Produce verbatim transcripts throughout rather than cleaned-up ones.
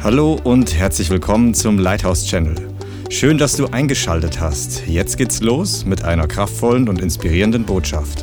Hallo und herzlich willkommen zum Lighthouse Channel. Schön, dass du eingeschaltet hast. Jetzt geht's los mit einer kraftvollen und inspirierenden Botschaft.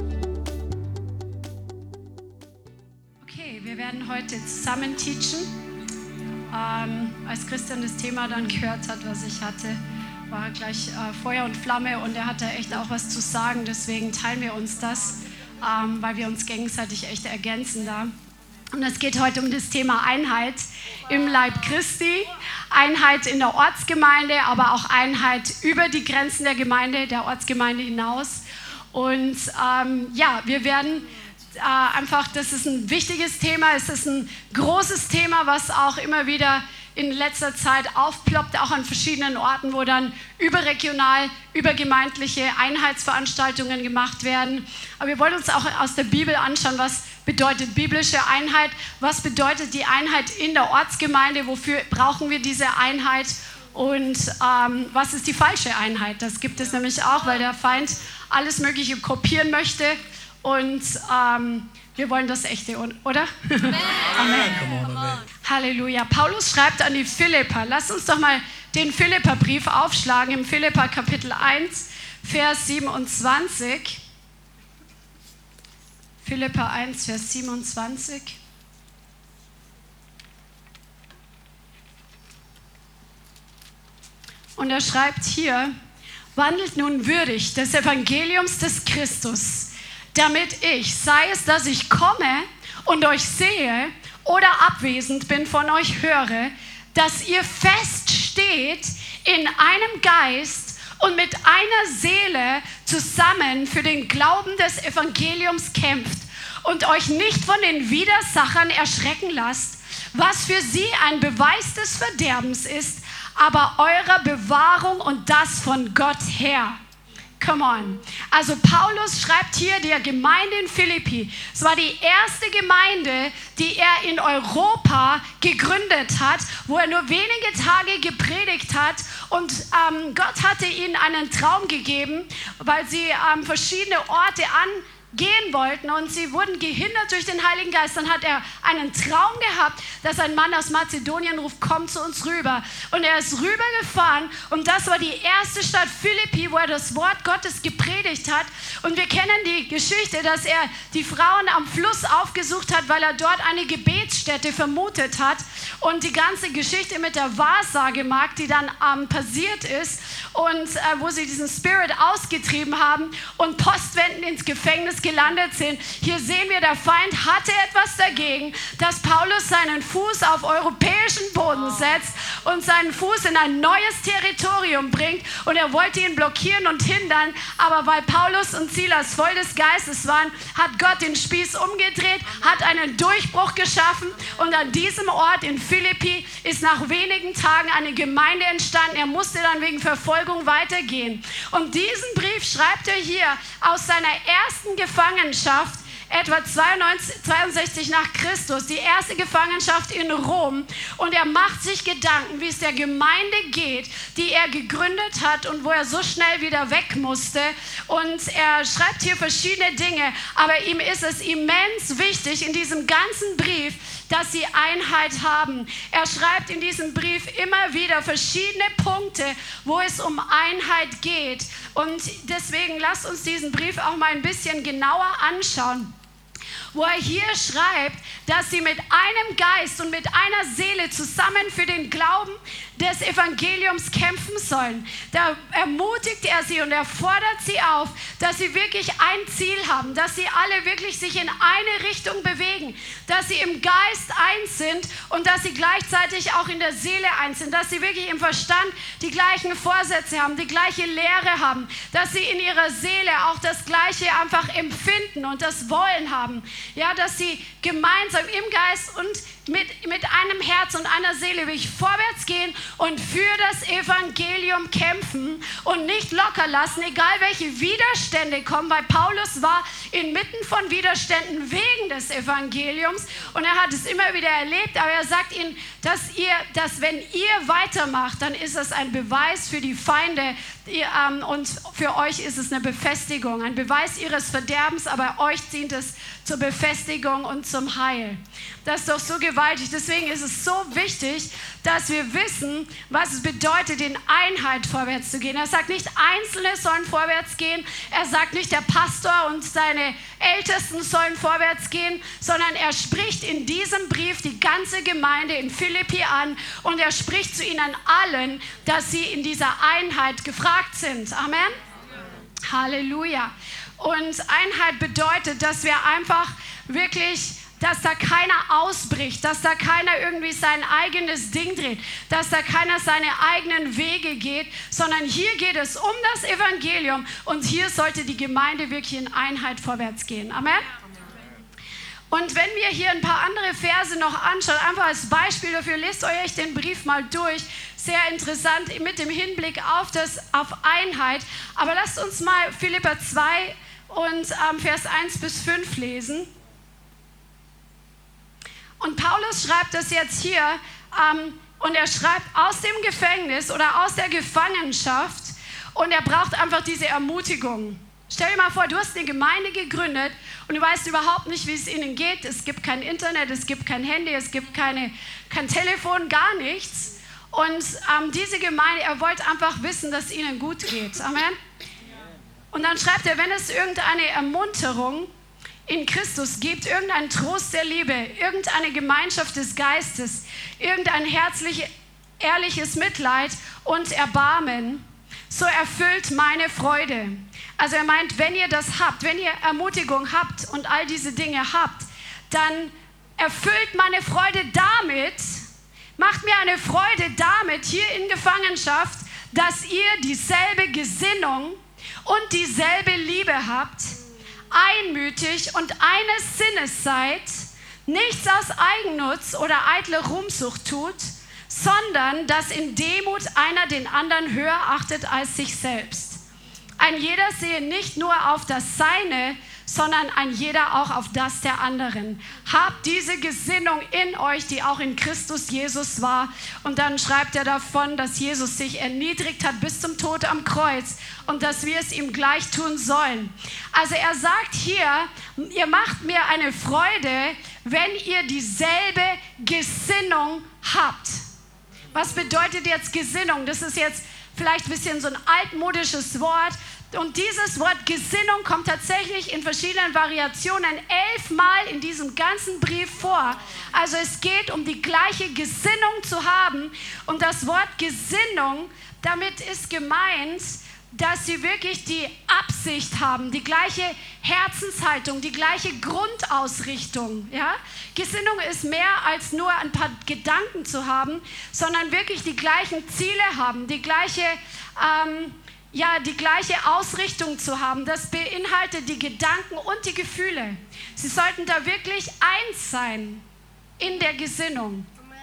Okay, wir werden heute zusammen teachen. Ähm, als Christian das Thema dann gehört hat, was ich hatte, war gleich äh, Feuer und Flamme und er hatte echt auch was zu sagen. Deswegen teilen wir uns das, ähm, weil wir uns gegenseitig echt ergänzen da. Und es geht heute um das Thema Einheit im Leib Christi, Einheit in der Ortsgemeinde, aber auch Einheit über die Grenzen der Gemeinde, der Ortsgemeinde hinaus. Und ähm, ja, wir werden äh, einfach, das ist ein wichtiges Thema, es ist ein großes Thema, was auch immer wieder in letzter Zeit aufploppt, auch an verschiedenen Orten, wo dann überregional, übergemeindliche Einheitsveranstaltungen gemacht werden. Aber wir wollen uns auch aus der Bibel anschauen, was bedeutet biblische Einheit, was bedeutet die Einheit in der Ortsgemeinde, wofür brauchen wir diese Einheit und ähm, was ist die falsche Einheit. Das gibt es nämlich auch, weil der Feind alles Mögliche kopieren möchte und ähm, wir wollen das Echte, oder? Amen. Amen. Halleluja. Paulus schreibt an die Philipper. Lasst uns doch mal den Philipperbrief aufschlagen, im Philipper Kapitel eins, Vers siebenundzwanzig. Philipper eins, Vers siebenundzwanzig. Und er schreibt hier, wandelt nun würdig des Evangeliums des Christus, damit ich, sei es, dass ich komme und euch sehe oder abwesend bin, von euch höre, dass ihr fest steht in einem Geist und mit einer Seele zusammen für den Glauben des Evangeliums kämpft und euch nicht von den Widersachern erschrecken lasst, was für sie ein Beweis des Verderbens ist, aber eurer Bewahrung und das von Gott her. Come on. Also Paulus schreibt hier der Gemeinde in Philippi. Es war die erste Gemeinde, die er in Europa gegründet hat, wo er nur wenige Tage gepredigt hat. Und ähm, Gott hatte ihnen einen Traum gegeben, weil sie ähm, verschiedene Orte angehen wollten und sie wurden gehindert durch den Heiligen Geist. Dann hat er einen Traum gehabt, dass ein Mann aus Mazedonien ruft, komm zu uns rüber. Und er ist rübergefahren und das war die erste Stadt Philippi, wo er das Wort Gottes gepredigt hat. Und wir kennen die Geschichte, dass er die Frauen am Fluss aufgesucht hat, weil er dort eine Gebetsstätte vermutet hat. Und die ganze Geschichte mit der Wahrsagemagd, die dann ähm, passiert ist und äh, wo sie diesen Spirit ausgetrieben haben und postwendend ins Gefängnis gelandet sind. Hier sehen wir, der Feind hatte etwas dagegen, dass Paulus seinen Fuß auf europäischen Boden setzt und seinen Fuß in ein neues Territorium bringt und er wollte ihn blockieren und hindern, aber weil Paulus und Silas voll des Geistes waren, hat Gott den Spieß umgedreht, hat einen Durchbruch geschaffen und an diesem Ort in Philippi ist nach wenigen Tagen eine Gemeinde entstanden. Er musste dann wegen Verfolgung weitergehen. Und diesen Brief schreibt er hier aus seiner ersten Gefangenschaft, etwa zweiundsechzig nach Christus, die erste Gefangenschaft in Rom. Und er macht sich Gedanken, wie es der Gemeinde geht, die er gegründet hat und wo er so schnell wieder weg musste. Und er schreibt hier verschiedene Dinge, aber ihm ist es immens wichtig in diesem ganzen Brief, dass sie Einheit haben. Er schreibt in diesem Brief immer wieder verschiedene Punkte, wo es um Einheit geht. Und deswegen lasst uns diesen Brief auch mal ein bisschen genauer anschauen, wo er hier schreibt, dass sie mit einem Geist und mit einer Seele zusammen für den Glauben des Evangeliums kämpfen sollen. Da ermutigt er sie und er fordert sie auf, dass sie wirklich ein Ziel haben, dass sie alle wirklich sich in eine Richtung bewegen, dass sie im Geist eins sind und dass sie gleichzeitig auch in der Seele eins sind, dass sie wirklich im Verstand die gleichen Vorsätze haben, die gleiche Lehre haben, dass sie in ihrer Seele auch das Gleiche einfach empfinden und das Wollen haben. Ja, dass sie gemeinsam im Geist und mit, mit einem Herz und einer Seele wirklich vorwärts gehen und für das Evangelium kämpfen und nicht locker lassen, egal welche Widerstände kommen, weil Paulus war inmitten von Widerständen wegen des Evangeliums und er hat es immer wieder erlebt, aber er sagt ihnen, dass, ihr, dass wenn ihr weitermacht, dann ist das ein Beweis für die Feinde die, ähm, und für euch ist es eine Befestigung, ein Beweis ihres Verderbens, aber euch dient es zur Befestigung und zum Heil. Das ist doch so gewaltig. Deswegen ist es so wichtig, dass wir wissen, was es bedeutet, in Einheit vorwärts zu gehen. Er sagt nicht, Einzelne sollen vorwärts gehen. Er sagt nicht, der Pastor und seine Ältesten sollen vorwärts gehen, sondern er spricht in diesem Brief die ganze Gemeinde in Philippi an und er spricht zu ihnen allen, dass sie in dieser Einheit gefragt sind. Amen. Amen. Halleluja. Und Einheit bedeutet, dass wir einfach wirklich, dass da keiner ausbricht, dass da keiner irgendwie sein eigenes Ding dreht, dass da keiner seine eigenen Wege geht, sondern hier geht es um das Evangelium und hier sollte die Gemeinde wirklich in Einheit vorwärts gehen. Amen? Und wenn wir hier ein paar andere Verse noch anschauen, einfach als Beispiel dafür, lest euch den Brief mal durch. Sehr interessant mit dem Hinblick auf, das, auf Einheit. Aber lasst uns mal Philipper zwei und ähm, Vers eins bis fünf lesen. Und Paulus schreibt das jetzt hier ähm, und er schreibt aus dem Gefängnis oder aus der Gefangenschaft und er braucht einfach diese Ermutigung. Stell dir mal vor, du hast eine Gemeinde gegründet und du weißt überhaupt nicht, wie es ihnen geht. Es gibt kein Internet, es gibt kein Handy, es gibt keine, kein Telefon, gar nichts. Und ähm, diese Gemeinde, er wollte einfach wissen, dass es ihnen gut geht. Amen. Und dann schreibt er, wenn es irgendeine Ermunterung in Christus gibt, irgendeinen Trost der Liebe, irgendeine Gemeinschaft des Geistes, irgendein herzlich, ehrliches Mitleid und Erbarmen, so erfüllt meine Freude. Also er meint, wenn ihr das habt, wenn ihr Ermutigung habt und all diese Dinge habt, dann erfüllt meine Freude damit, macht mir eine Freude damit, hier in Gefangenschaft, dass ihr dieselbe Gesinnung und dieselbe Liebe habt, einmütig und eines Sinnes seid, nichts aus Eigennutz oder eitler Ruhmsucht tut, sondern dass in Demut einer den anderen höher achtet als sich selbst. Ein jeder sehe nicht nur auf das Seine, sondern ein jeder auch auf das der anderen. Habt diese Gesinnung in euch, die auch in Christus Jesus war. Und dann schreibt er davon, dass Jesus sich erniedrigt hat bis zum Tod am Kreuz und dass wir es ihm gleich tun sollen. Also er sagt hier, ihr macht mir eine Freude, wenn ihr dieselbe Gesinnung habt. Was bedeutet jetzt Gesinnung? Das ist jetzt vielleicht ein bisschen so ein altmodisches Wort. Und dieses Wort Gesinnung kommt tatsächlich in verschiedenen Variationen elfmal in diesem ganzen Brief vor. Also es geht um die gleiche Gesinnung zu haben. Und das Wort Gesinnung, damit ist gemeint, dass sie wirklich die Absicht haben, die gleiche Herzenshaltung, die gleiche Grundausrichtung. Ja? Gesinnung ist mehr als nur ein paar Gedanken zu haben, sondern wirklich die gleichen Ziele haben, die gleiche, ähm, ja, die gleiche Ausrichtung zu haben. Das beinhaltet die Gedanken und die Gefühle. Sie sollten da wirklich eins sein in der Gesinnung.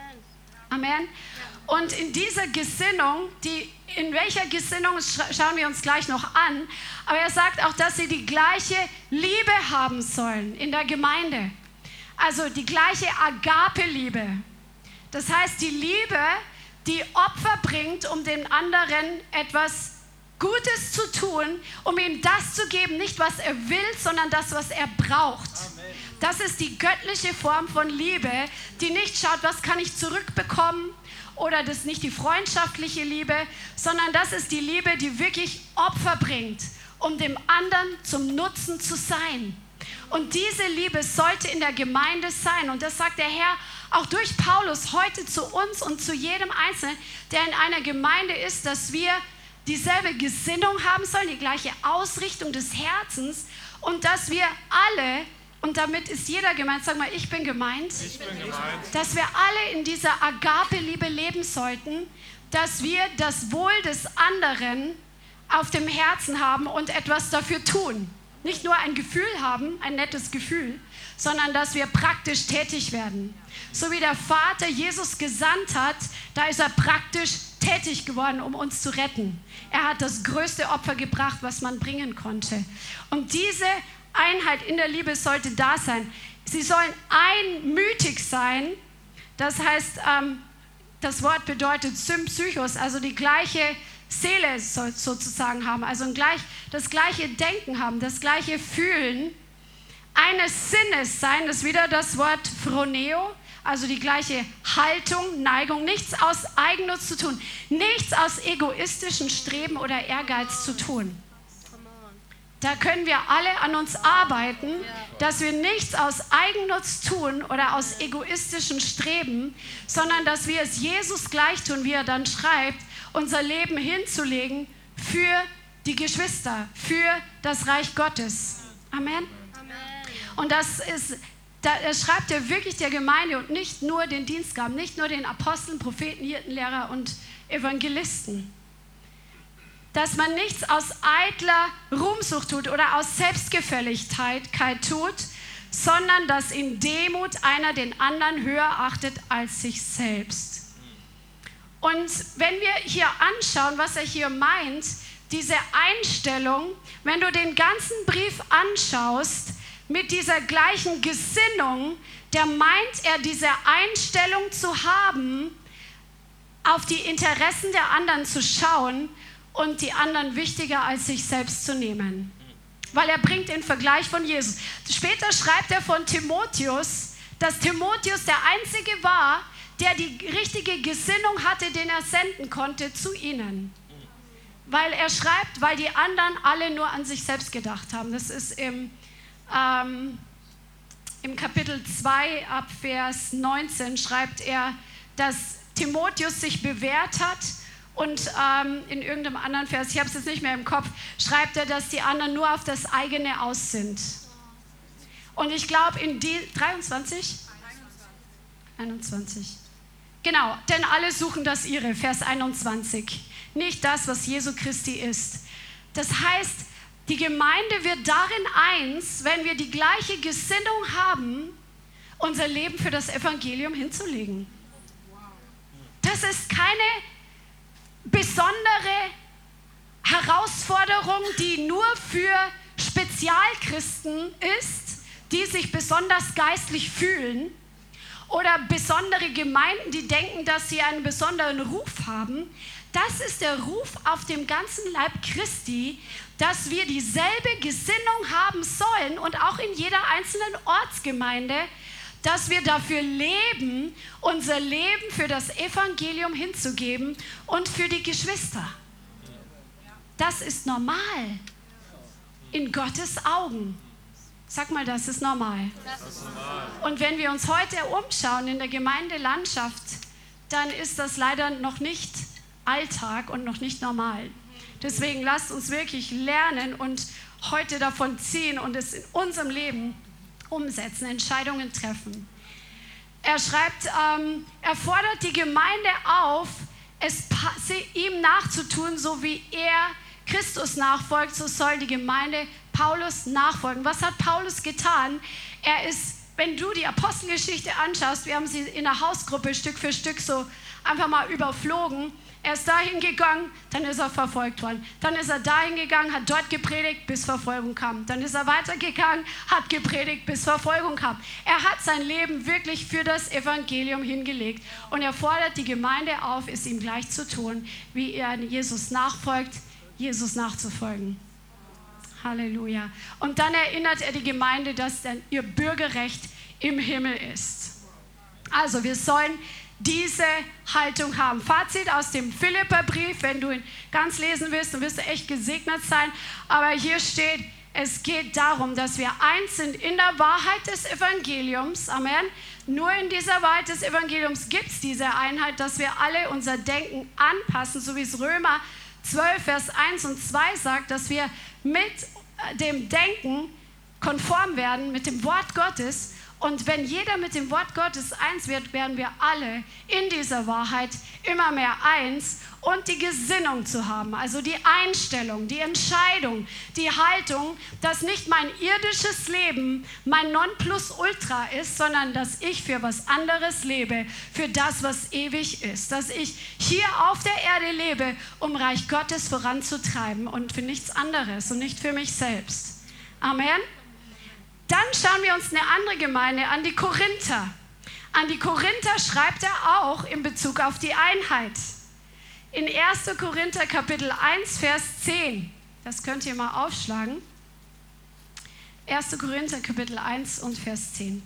Amen. Amen. Und in dieser Gesinnung, die, in welcher Gesinnung schauen wir uns gleich noch an, aber er sagt auch, dass sie die gleiche Liebe haben sollen in der Gemeinde. Also die gleiche Agape-Liebe. Das heißt, die Liebe, die Opfer bringt, um dem anderen etwas Gutes zu tun, um ihm das zu geben, nicht was er will, sondern das, was er braucht. Amen. Das ist die göttliche Form von Liebe, die nicht schaut, was kann ich zurückbekommen, oder das ist nicht die freundschaftliche Liebe, sondern das ist die Liebe, die wirklich Opfer bringt, um dem anderen zum Nutzen zu sein. Und diese Liebe sollte in der Gemeinde sein. Und das sagt der Herr auch durch Paulus heute zu uns und zu jedem Einzelnen, der in einer Gemeinde ist, dass wir dieselbe Gesinnung haben sollen, die gleiche Ausrichtung des Herzens und dass wir alle, und damit ist jeder gemeint, sag mal, ich bin gemeint, ich bin gemeint, dass wir alle in dieser Agape-Liebe leben sollten, dass wir das Wohl des anderen auf dem Herzen haben und etwas dafür tun. Nicht nur ein Gefühl haben, ein nettes Gefühl, sondern dass wir praktisch tätig werden. So wie der Vater Jesus gesandt hat, da ist er praktisch tätig geworden, um uns zu retten. Er hat das größte Opfer gebracht, was man bringen konnte. Und diese Einheit in der Liebe sollte da sein. Sie sollen einmütig sein. Das heißt, ähm, das Wort bedeutet Sympsychos, also die gleiche Seele soll sozusagen haben, also ein gleich, das gleiche Denken haben, das gleiche Fühlen. eines Sinnes sein, das ist wieder das Wort Phroneo, also die gleiche Haltung, Neigung, nichts aus Eigennutz zu tun, nichts aus egoistischen Streben oder Ehrgeiz zu tun. Da können wir alle an uns arbeiten, dass wir nichts aus Eigennutz tun oder aus egoistischen Streben, sondern dass wir es Jesus gleich tun, wie er dann schreibt, unser Leben hinzulegen für die Geschwister, für das Reich Gottes. Amen. Und das ist, da schreibt er wirklich der Gemeinde und nicht nur den Dienstgaben, nicht nur den Aposteln, Propheten, Hirten, Lehrer und Evangelisten. Dass man nichts aus eitler Ruhmsucht tut oder aus Selbstgefälligkeit tut, sondern dass in Demut einer den anderen höher achtet als sich selbst. Und wenn wir hier anschauen, was er hier meint, diese Einstellung, wenn du den ganzen Brief anschaust, mit dieser gleichen Gesinnung, der meint er, diese Einstellung zu haben, auf die Interessen der anderen zu schauen und die anderen wichtiger als sich selbst zu nehmen. Weil er bringt den Vergleich von Jesus. Später schreibt er von Timotheus, dass Timotheus der Einzige war, der die richtige Gesinnung hatte, den er senden konnte zu ihnen. Weil er schreibt, weil die anderen alle nur an sich selbst gedacht haben. Das ist im, ähm, im Kapitel zwei ab Vers neunzehn schreibt er, dass Timotheus sich bewährt hat. Und ähm, in irgendeinem anderen Vers, ich habe es jetzt nicht mehr im Kopf, schreibt er, dass die anderen nur auf das eigene aus sind. Und ich glaube in die dreiundzwanzig? einundzwanzig. Genau, denn alle suchen das ihre, Vers einundzwanzig. Nicht das, was Jesu Christi ist. Das heißt, die Gemeinde wird darin eins, wenn wir die gleiche Gesinnung haben, unser Leben für das Evangelium hinzulegen. Das ist keine besondere Herausforderung, die nur für Spezialchristen ist, die sich besonders geistlich fühlen, oder besondere Gemeinden, die denken, dass sie einen besonderen Ruf haben. Das ist der Ruf auf dem ganzen Leib Christi, dass wir dieselbe Gesinnung haben sollen und auch in jeder einzelnen Ortsgemeinde, dass wir dafür leben, unser Leben für das Evangelium hinzugeben und für die Geschwister. Das ist normal in Gottes Augen. Sag mal, das ist normal. Das ist normal. Und wenn wir uns heute umschauen in der Gemeindelandschaft, dann ist das leider noch nicht Alltag und noch nicht normal. Deswegen lasst uns wirklich lernen und heute davon ziehen und es in unserem Leben umsetzen, Entscheidungen treffen. Er schreibt, ähm, er fordert die Gemeinde auf, es ihm nachzutun, so wie er Christus nachfolgt, so soll die Gemeinde Paulus nachfolgen. Was hat Paulus getan? Er ist, wenn du die Apostelgeschichte anschaust, wir haben sie in der Hausgruppe Stück für Stück so einfach mal überflogen. Er ist dahin gegangen, dann ist er verfolgt worden. Dann ist er dahin gegangen, hat dort gepredigt, bis Verfolgung kam. Dann ist er weitergegangen, hat gepredigt, bis Verfolgung kam. Er hat sein Leben wirklich für das Evangelium hingelegt. Und er fordert die Gemeinde auf, es ihm gleich zu tun, wie er Jesus nachfolgt, Jesus nachzufolgen. Halleluja. Und dann erinnert er die Gemeinde, dass dann ihr Bürgerrecht im Himmel ist. Also wir sollen diese Haltung haben. Fazit aus dem Philipperbrief, wenn du ihn ganz lesen willst, dann wirst du echt gesegnet sein. Aber hier steht, es geht darum, dass wir eins sind in der Wahrheit des Evangeliums. Amen. Nur in dieser Wahrheit des Evangeliums gibt es diese Einheit, dass wir alle unser Denken anpassen, so wie es Römer zwölf, Vers eins und zwei sagt, dass wir mit dem Denken konform werden, mit dem Wort Gottes. Und wenn jeder mit dem Wort Gottes eins wird, werden wir alle in dieser Wahrheit immer mehr eins und die Gesinnung zu haben, also die Einstellung, die Entscheidung, die Haltung, dass nicht mein irdisches Leben mein Nonplusultra ist, sondern dass ich für was anderes lebe, für das, was ewig ist, dass ich hier auf der Erde lebe, um Reich Gottes voranzutreiben und für nichts anderes und nicht für mich selbst. Amen. Dann schauen wir uns eine andere Gemeinde an, die Korinther. An die Korinther schreibt er auch in Bezug auf die Einheit. In erster Korinther Kapitel eins, Vers zehn, das könnt ihr mal aufschlagen. erster Korinther Kapitel eins und Vers zehn.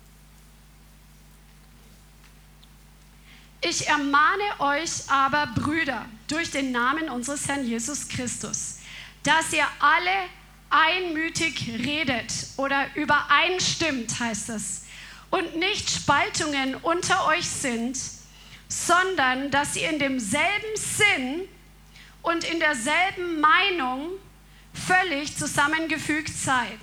Ich ermahne euch aber, Brüder, durch den Namen unseres Herrn Jesus Christus, dass ihr alle einmütig redet oder übereinstimmt, heißt es, und nicht Spaltungen unter euch sind, sondern dass ihr in demselben Sinn und in derselben Meinung völlig zusammengefügt seid.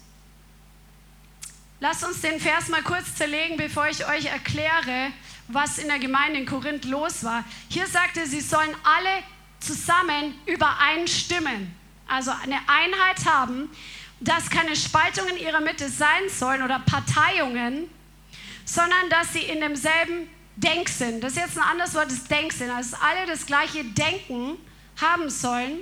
Lasst uns den Vers mal kurz zerlegen, bevor ich euch erkläre, was in der Gemeinde in Korinth los war. Hier sagte er, sie sollen alle zusammen übereinstimmen, also eine Einheit haben, dass keine Spaltungen in ihrer Mitte sein sollen oder Parteiungen, sondern dass sie in demselben Denksinn, das ist jetzt ein anderes Wort, das Denksinn, also dass alle das gleiche Denken haben sollen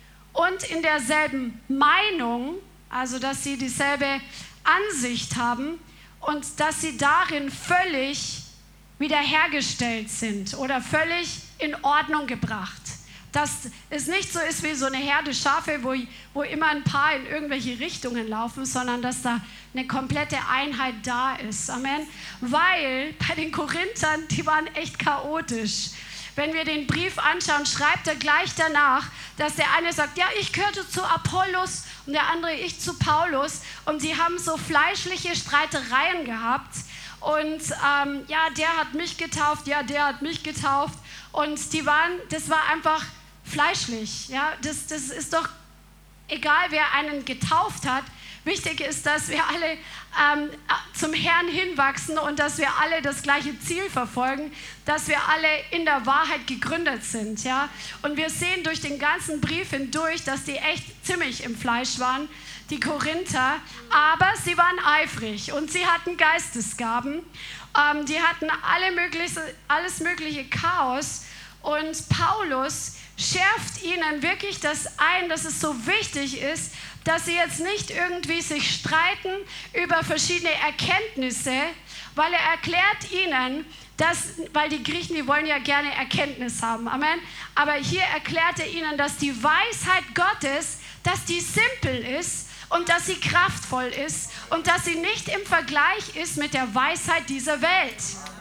und in derselben Meinung, also dass sie dieselbe Ansicht haben und dass sie darin völlig wiederhergestellt sind oder völlig in Ordnung gebracht. Dass es nicht so ist wie so eine Herde Schafe, wo, wo immer ein paar in irgendwelche Richtungen laufen, sondern dass da eine komplette Einheit da ist. Amen. Weil bei den Korinthern, die waren echt chaotisch. Wenn wir den Brief anschauen, schreibt er gleich danach, dass der eine sagt, ja, ich gehörte zu Apollos und der andere, ich zu Paulus. Und sie haben so fleischliche Streitereien gehabt. Und ähm, ja, der hat mich getauft, ja, der hat mich getauft. Und die waren, das war einfach fleischlich. Ja? Das, das ist doch egal, wer einen getauft hat. Wichtig ist, dass wir alle ähm, zum Herrn hinwachsen und dass wir alle das gleiche Ziel verfolgen, dass wir alle in der Wahrheit gegründet sind. Ja? Und wir sehen durch den ganzen Brief hindurch, dass die echt ziemlich im Fleisch waren, die Korinther, aber sie waren eifrig und sie hatten Geistesgaben. Ähm, die hatten alle mögliche, alles mögliche Chaos und Paulus schärft ihnen wirklich das ein, dass es so wichtig ist, dass sie jetzt nicht irgendwie sich streiten über verschiedene Erkenntnisse, weil er erklärt ihnen, dass, weil die Griechen, die wollen ja gerne Erkenntnis haben, Amen. Aber hier erklärt er ihnen, dass die Weisheit Gottes, dass die simpel ist und dass sie kraftvoll ist und dass sie nicht im Vergleich ist mit der Weisheit dieser Welt.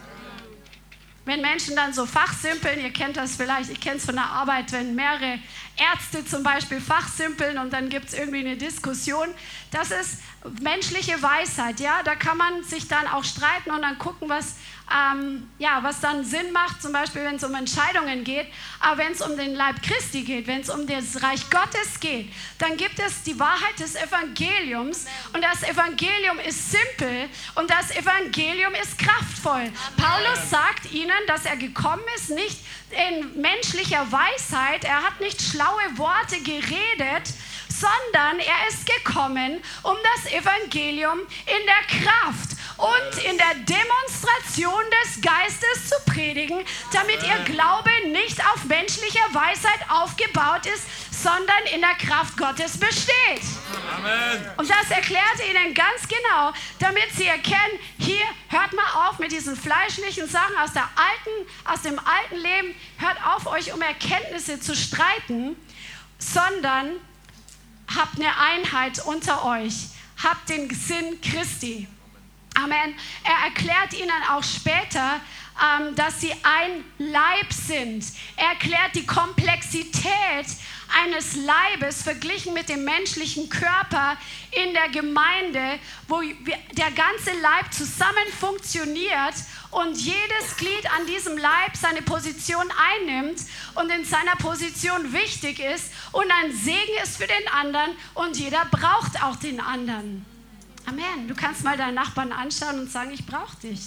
Wenn Menschen dann so fachsimpeln, ihr kennt das vielleicht, ich kenne es von der Arbeit, wenn mehrere Ärzte zum Beispiel fachsimpeln und dann gibt es irgendwie eine Diskussion, das ist menschliche Weisheit, ja, da kann man sich dann auch streiten und dann gucken, was, ähm, ja, was dann Sinn macht, zum Beispiel, wenn es um Entscheidungen geht, aber wenn es um den Leib Christi geht, wenn es um das Reich Gottes geht, dann gibt es die Wahrheit des Evangeliums und das Evangelium ist simpel und das Evangelium ist kraftvoll. Amen. Paulus sagt ihnen, dass er gekommen ist, nicht in menschlicher Weisheit, er hat nicht schlaue Worte geredet, sondern er ist gekommen, um das Evangelium in der Kraft und in der Demonstration des Geistes zu predigen, damit ihr Glaube nicht auf menschlicher Weisheit aufgebaut ist, sondern in der Kraft Gottes besteht. Amen. Und das erklärt er ihnen ganz genau, damit sie erkennen, hier, hört mal auf mit diesen fleischlichen Sachen aus, der alten, aus dem alten Leben, hört auf, euch um Erkenntnisse zu streiten, sondern habt eine Einheit unter euch, habt den Sinn Christi. Amen. Er erklärt ihnen auch später, ähm, dass sie ein Leib sind. Er erklärt die Komplexität eines Leibes verglichen mit dem menschlichen Körper in der Gemeinde, wo wir, der ganze Leib zusammen funktioniert und jedes Glied an diesem Leib seine Position einnimmt und in seiner Position wichtig ist und ein Segen ist für den anderen und jeder braucht auch den anderen. Amen. Du kannst mal deinen Nachbarn anschauen und sagen, ich brauche dich.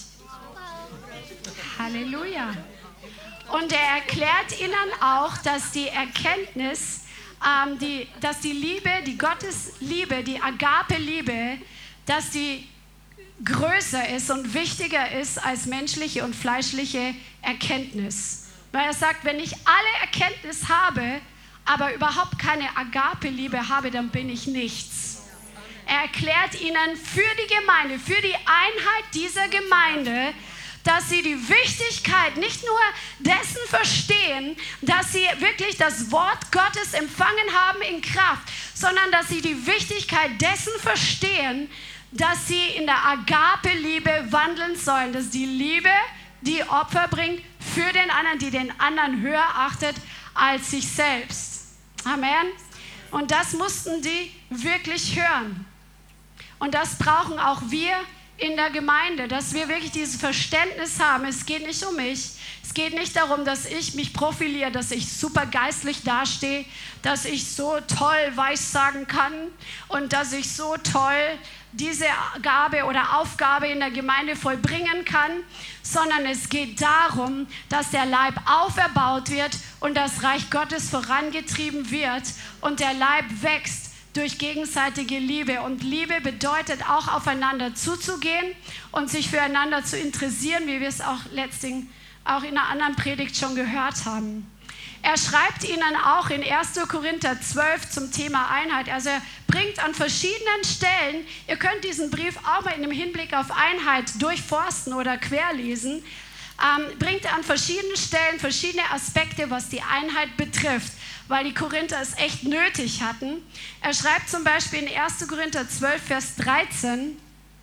Halleluja. Und er erklärt ihnen auch, dass die Erkenntnis, ähm, die, dass die Liebe, die Gottesliebe, die Agape-Liebe, dass die größer ist und wichtiger ist als menschliche und fleischliche Erkenntnis. Weil er sagt, wenn ich alle Erkenntnis habe, aber überhaupt keine Agape-Liebe habe, dann bin ich nichts. Er erklärt ihnen für die Gemeinde, für die Einheit dieser Gemeinde, dass sie die Wichtigkeit nicht nur dessen verstehen, dass sie wirklich das Wort Gottes empfangen haben in Kraft, sondern dass sie die Wichtigkeit dessen verstehen, dass sie in der Agape-Liebe wandeln sollen, dass die Liebe, die Opfer bringt für den anderen, die den anderen höher achtet als sich selbst. Amen. Und das mussten die wirklich hören. Und das brauchen auch wir in der Gemeinde, dass wir wirklich dieses Verständnis haben. Es geht nicht um mich. Es geht nicht darum, dass ich mich profiliere, dass ich super geistlich dastehe, dass ich so toll weissagen kann und dass ich so toll diese Gabe oder Aufgabe in der Gemeinde vollbringen kann, sondern es geht darum, dass der Leib auferbaut wird und das Reich Gottes vorangetrieben wird und der Leib wächst durch gegenseitige Liebe. Und Liebe bedeutet auch, aufeinander zuzugehen und sich füreinander zu interessieren, wie wir es auch letztens auch in einer anderen Predigt schon gehört haben. Er schreibt ihnen auch in erster Korinther zwölf zum Thema Einheit. Also er bringt an verschiedenen Stellen, ihr könnt diesen Brief auch mal in dem Hinblick auf Einheit durchforsten oder querlesen, ähm, bringt an verschiedenen Stellen verschiedene Aspekte, was die Einheit betrifft, weil die Korinther es echt nötig hatten. Er schreibt zum Beispiel in erster Korinther zwölf, Vers dreizehn,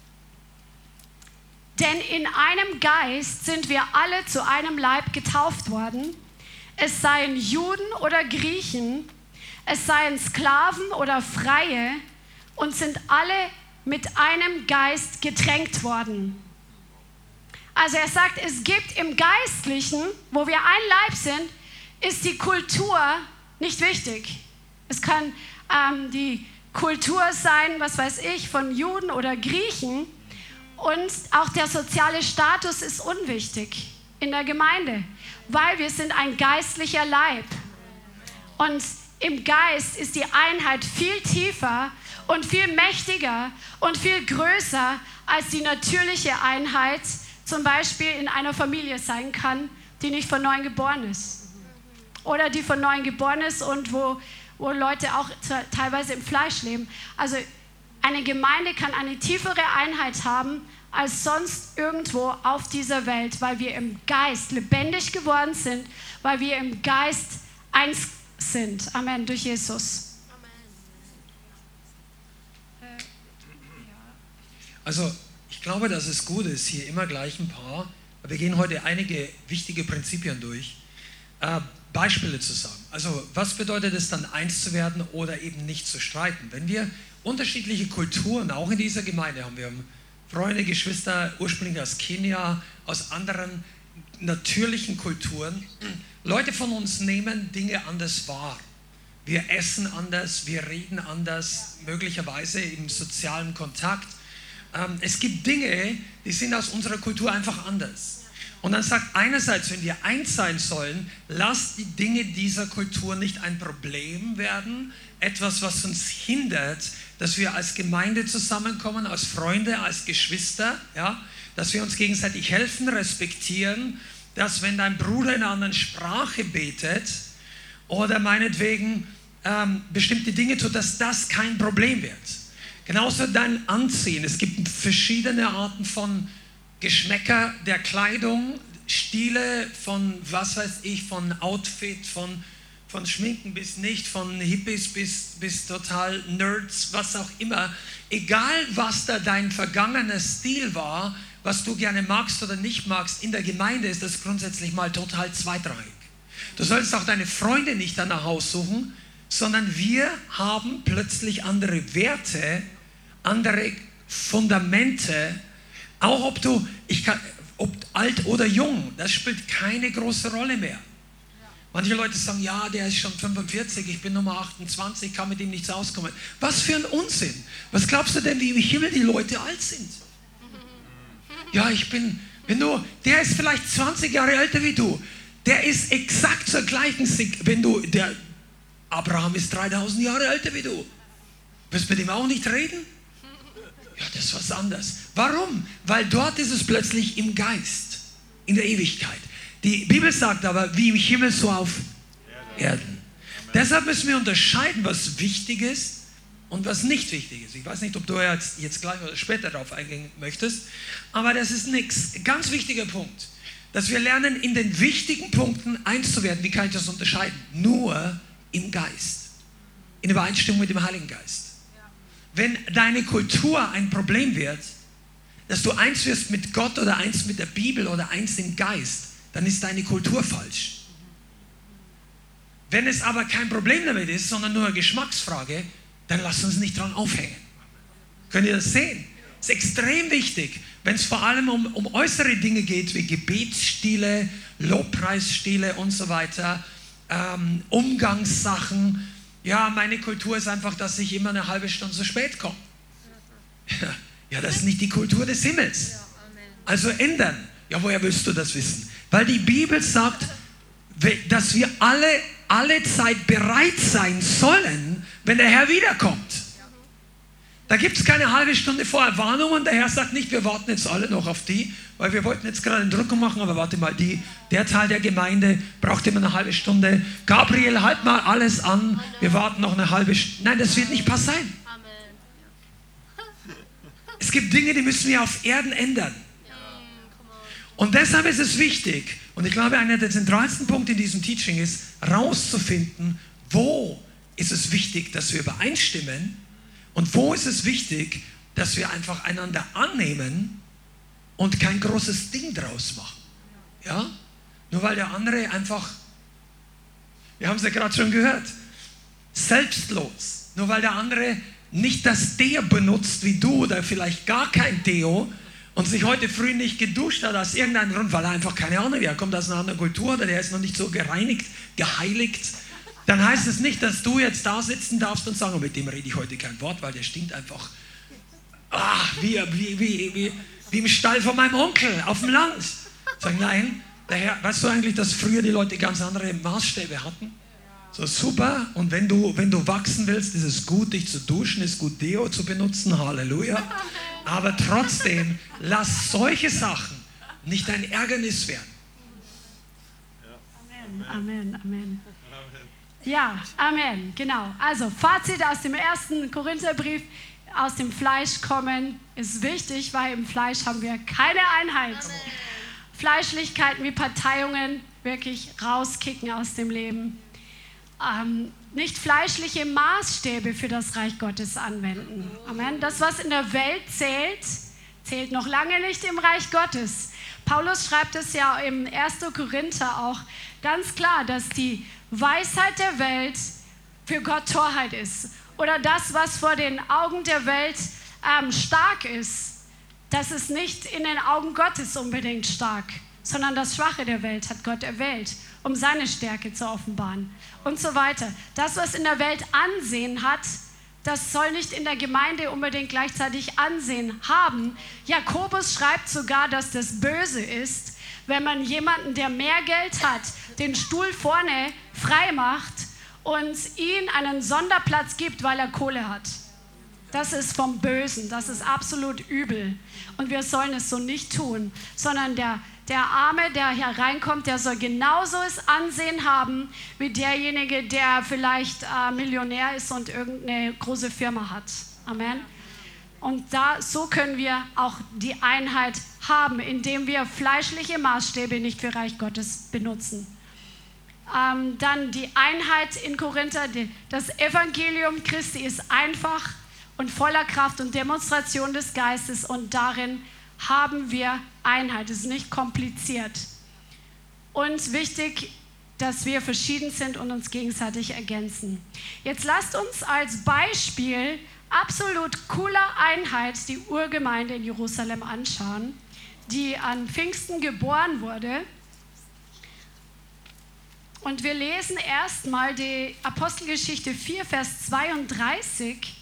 denn in einem Geist sind wir alle zu einem Leib getauft worden, es seien Juden oder Griechen, es seien Sklaven oder Freie und sind alle mit einem Geist getränkt worden. Also er sagt, es gibt im Geistlichen, wo wir ein Leib sind, ist die Kultur nicht wichtig. Es kann ähm, die Kultur sein, was weiß ich, von Juden oder Griechen, und auch der soziale Status ist unwichtig in der Gemeinde, weil wir sind ein geistlicher Leib. Und im Geist ist die Einheit viel tiefer und viel mächtiger und viel größer, als die natürliche Einheit zum Beispiel in einer Familie sein kann, die nicht von neuem geboren ist. Oder die von neuem geboren ist und wo, wo Leute auch teilweise im Fleisch leben. Also eine Gemeinde kann eine tiefere Einheit haben als sonst irgendwo auf dieser Welt, weil wir im Geist lebendig geworden sind, weil wir im Geist eins sind. Amen, durch Jesus. Amen. Also ich glaube, dass es gut ist, hier immer gleich ein paar, wir gehen heute einige wichtige Prinzipien durch, äh, Beispiele zu sagen. Also was bedeutet es dann, eins zu werden oder eben nicht zu streiten? Wenn wir unterschiedliche Kulturen, auch in dieser Gemeinde haben, wir haben Freunde, Geschwister, ursprünglich aus Kenia, aus anderen natürlichen Kulturen. Leute von uns nehmen Dinge anders wahr. Wir essen anders, wir reden anders, möglicherweise im sozialen Kontakt. Ähm, es gibt Dinge, die sind aus unserer Kultur einfach anders. Und dann sagt einerseits, wenn wir eins sein sollen, lasst die Dinge dieser Kultur nicht ein Problem werden, etwas, was uns hindert, dass wir als Gemeinde zusammenkommen, als Freunde, als Geschwister, ja, dass wir uns gegenseitig helfen, respektieren, dass wenn dein Bruder in einer anderen Sprache betet oder meinetwegen ähm, bestimmte Dinge tut, dass das kein Problem wird. Genauso dein Anziehen. Es gibt verschiedene Arten von Geschmäcker der Kleidung, Stile von, was weiß ich, von Outfit, von von Schminken bis nicht, von Hippies bis, bis total Nerds, was auch immer. Egal, was da dein vergangener Stil war, was du gerne magst oder nicht magst, in der Gemeinde ist das grundsätzlich mal total zweitrangig. Du sollst auch deine Freunde nicht danach aussuchen, sondern wir haben plötzlich andere Werte, andere Fundamente, auch ob du, ich kann, ob alt oder jung, das spielt keine große Rolle mehr. Manche Leute sagen, ja, der ist schon fünfundvierzig, ich bin Nummer achtundzwanzig, kann mit ihm nichts auskommen. Was für ein Unsinn. Was glaubst du denn, wie im Himmel die Leute alt sind? Ja, ich bin, wenn du, der ist vielleicht zwanzig Jahre älter wie du. Der ist exakt zur gleichen, wenn du, der Abraham ist dreitausend Jahre älter wie du. Wirst du mit ihm auch nicht reden? Ja, das ist was anderes. Warum? Weil dort ist es plötzlich im Geist, in der Ewigkeit. Die Bibel sagt aber, wie im Himmel, so auf Erden. Deshalb müssen wir unterscheiden, was wichtig ist und was nicht wichtig ist. Ich weiß nicht, ob du jetzt, jetzt gleich oder später darauf eingehen möchtest, aber das ist nichts. Ganz wichtiger Punkt, dass wir lernen, in den wichtigen Punkten eins zu werden. Wie kann ich das unterscheiden? Nur im Geist, in Übereinstimmung mit dem Heiligen Geist. Wenn deine Kultur ein Problem wird, dass du eins wirst mit Gott oder eins mit der Bibel oder eins im Geist, dann ist deine Kultur falsch. Wenn es aber kein Problem damit ist, sondern nur eine Geschmacksfrage, dann lass uns nicht dran aufhängen. Könnt ihr das sehen? Das ist extrem wichtig, wenn es vor allem um, um äußere Dinge geht, wie Gebetsstile, Lobpreisstile und so weiter, ähm, Umgangssachen. Ja, meine Kultur ist einfach, dass ich immer eine halbe Stunde zu spät komme. Ja, ja, das ist nicht die Kultur des Himmels. Also ändern. Ja, woher willst du das wissen? Weil die Bibel sagt, dass wir alle, alle Zeit bereit sein sollen, wenn der Herr wiederkommt. Da gibt es keine halbe Stunde vorher Warnung und der Herr sagt nicht, wir warten jetzt alle noch auf die, weil wir wollten jetzt gerade einen Drucker machen, aber warte mal, die, der Teil der Gemeinde braucht immer eine halbe Stunde. Gabriel, halt mal alles an, wir warten noch eine halbe Stunde. Nein, das wird nicht passieren. Es gibt Dinge, die müssen wir auf Erden ändern. Und deshalb ist es wichtig, und ich glaube, einer der zentralsten Punkte in diesem Teaching ist, herauszufinden, wo ist es wichtig, dass wir übereinstimmen und wo ist es wichtig, dass wir einfach einander annehmen und kein großes Ding draus machen. Ja? Nur weil der andere einfach, wir haben es ja gerade schon gehört, selbstlos, nur weil der andere nicht das Deo benutzt wie du oder vielleicht gar kein Deo und sich heute früh nicht geduscht hat aus irgendeinem Grund, weil er einfach keine Ahnung, er kommt aus einer anderen Kultur oder der ist noch nicht so gereinigt, geheiligt, dann heißt es nicht, dass du jetzt da sitzen darfst und sagen, mit dem rede ich heute kein Wort, weil der stinkt einfach ah, wie, wie, wie, wie, wie im Stall von meinem Onkel auf dem Land. Sag, nein, der Herr, weißt du eigentlich, dass früher die Leute ganz andere Maßstäbe hatten? So super, und wenn du, wenn du wachsen willst, ist es gut, dich zu duschen, ist gut, Deo zu benutzen, Halleluja. Aber trotzdem, lass solche Sachen nicht dein Ärgernis werden. Amen, Amen, Amen. Ja, Amen, genau. Also Fazit aus dem ersten Korintherbrief, aus dem Fleisch kommen ist wichtig, weil im Fleisch haben wir keine Einheit. Amen. Fleischlichkeiten wie Parteiungen wirklich rauskicken aus dem Leben. Ähm, nicht fleischliche Maßstäbe für das Reich Gottes anwenden. Amen. Das, was in der Welt zählt, zählt noch lange nicht im Reich Gottes. Paulus schreibt es ja im ersten Korinther auch ganz klar, dass die Weisheit der Welt für Gott Torheit ist. Oder das, was vor den Augen der Welt ähm, stark ist, das ist nicht in den Augen Gottes unbedingt stark, sondern das Schwache der Welt hat Gott erwählt, um seine Stärke zu offenbaren und so weiter. Das, was in der Welt Ansehen hat, das soll nicht in der Gemeinde unbedingt gleichzeitig Ansehen haben. Jakobus schreibt sogar, dass das böse ist, wenn man jemanden, der mehr Geld hat, den Stuhl vorne frei macht und ihm einen Sonderplatz gibt, weil er Kohle hat. Das ist vom Bösen, das ist absolut übel. Und wir sollen es so nicht tun, sondern der, der Arme, der hier reinkommt, der soll genauso das Ansehen haben, wie derjenige, der vielleicht äh, Millionär ist und irgendeine große Firma hat. Amen. Und da, so können wir auch die Einheit haben, indem wir fleischliche Maßstäbe nicht für Reich Gottes benutzen. Ähm, dann die Einheit in Korinther, die, das Evangelium Christi ist einfach und voller Kraft und Demonstration des Geistes und darin haben wir Einheit. Es ist nicht kompliziert. Und wichtig, dass wir verschieden sind und uns gegenseitig ergänzen. Jetzt lasst uns als Beispiel absolut cooler Einheit die Urgemeinde in Jerusalem anschauen, die an Pfingsten geboren wurde. Und wir lesen erstmal die Apostelgeschichte vier, Vers zweiunddreißig.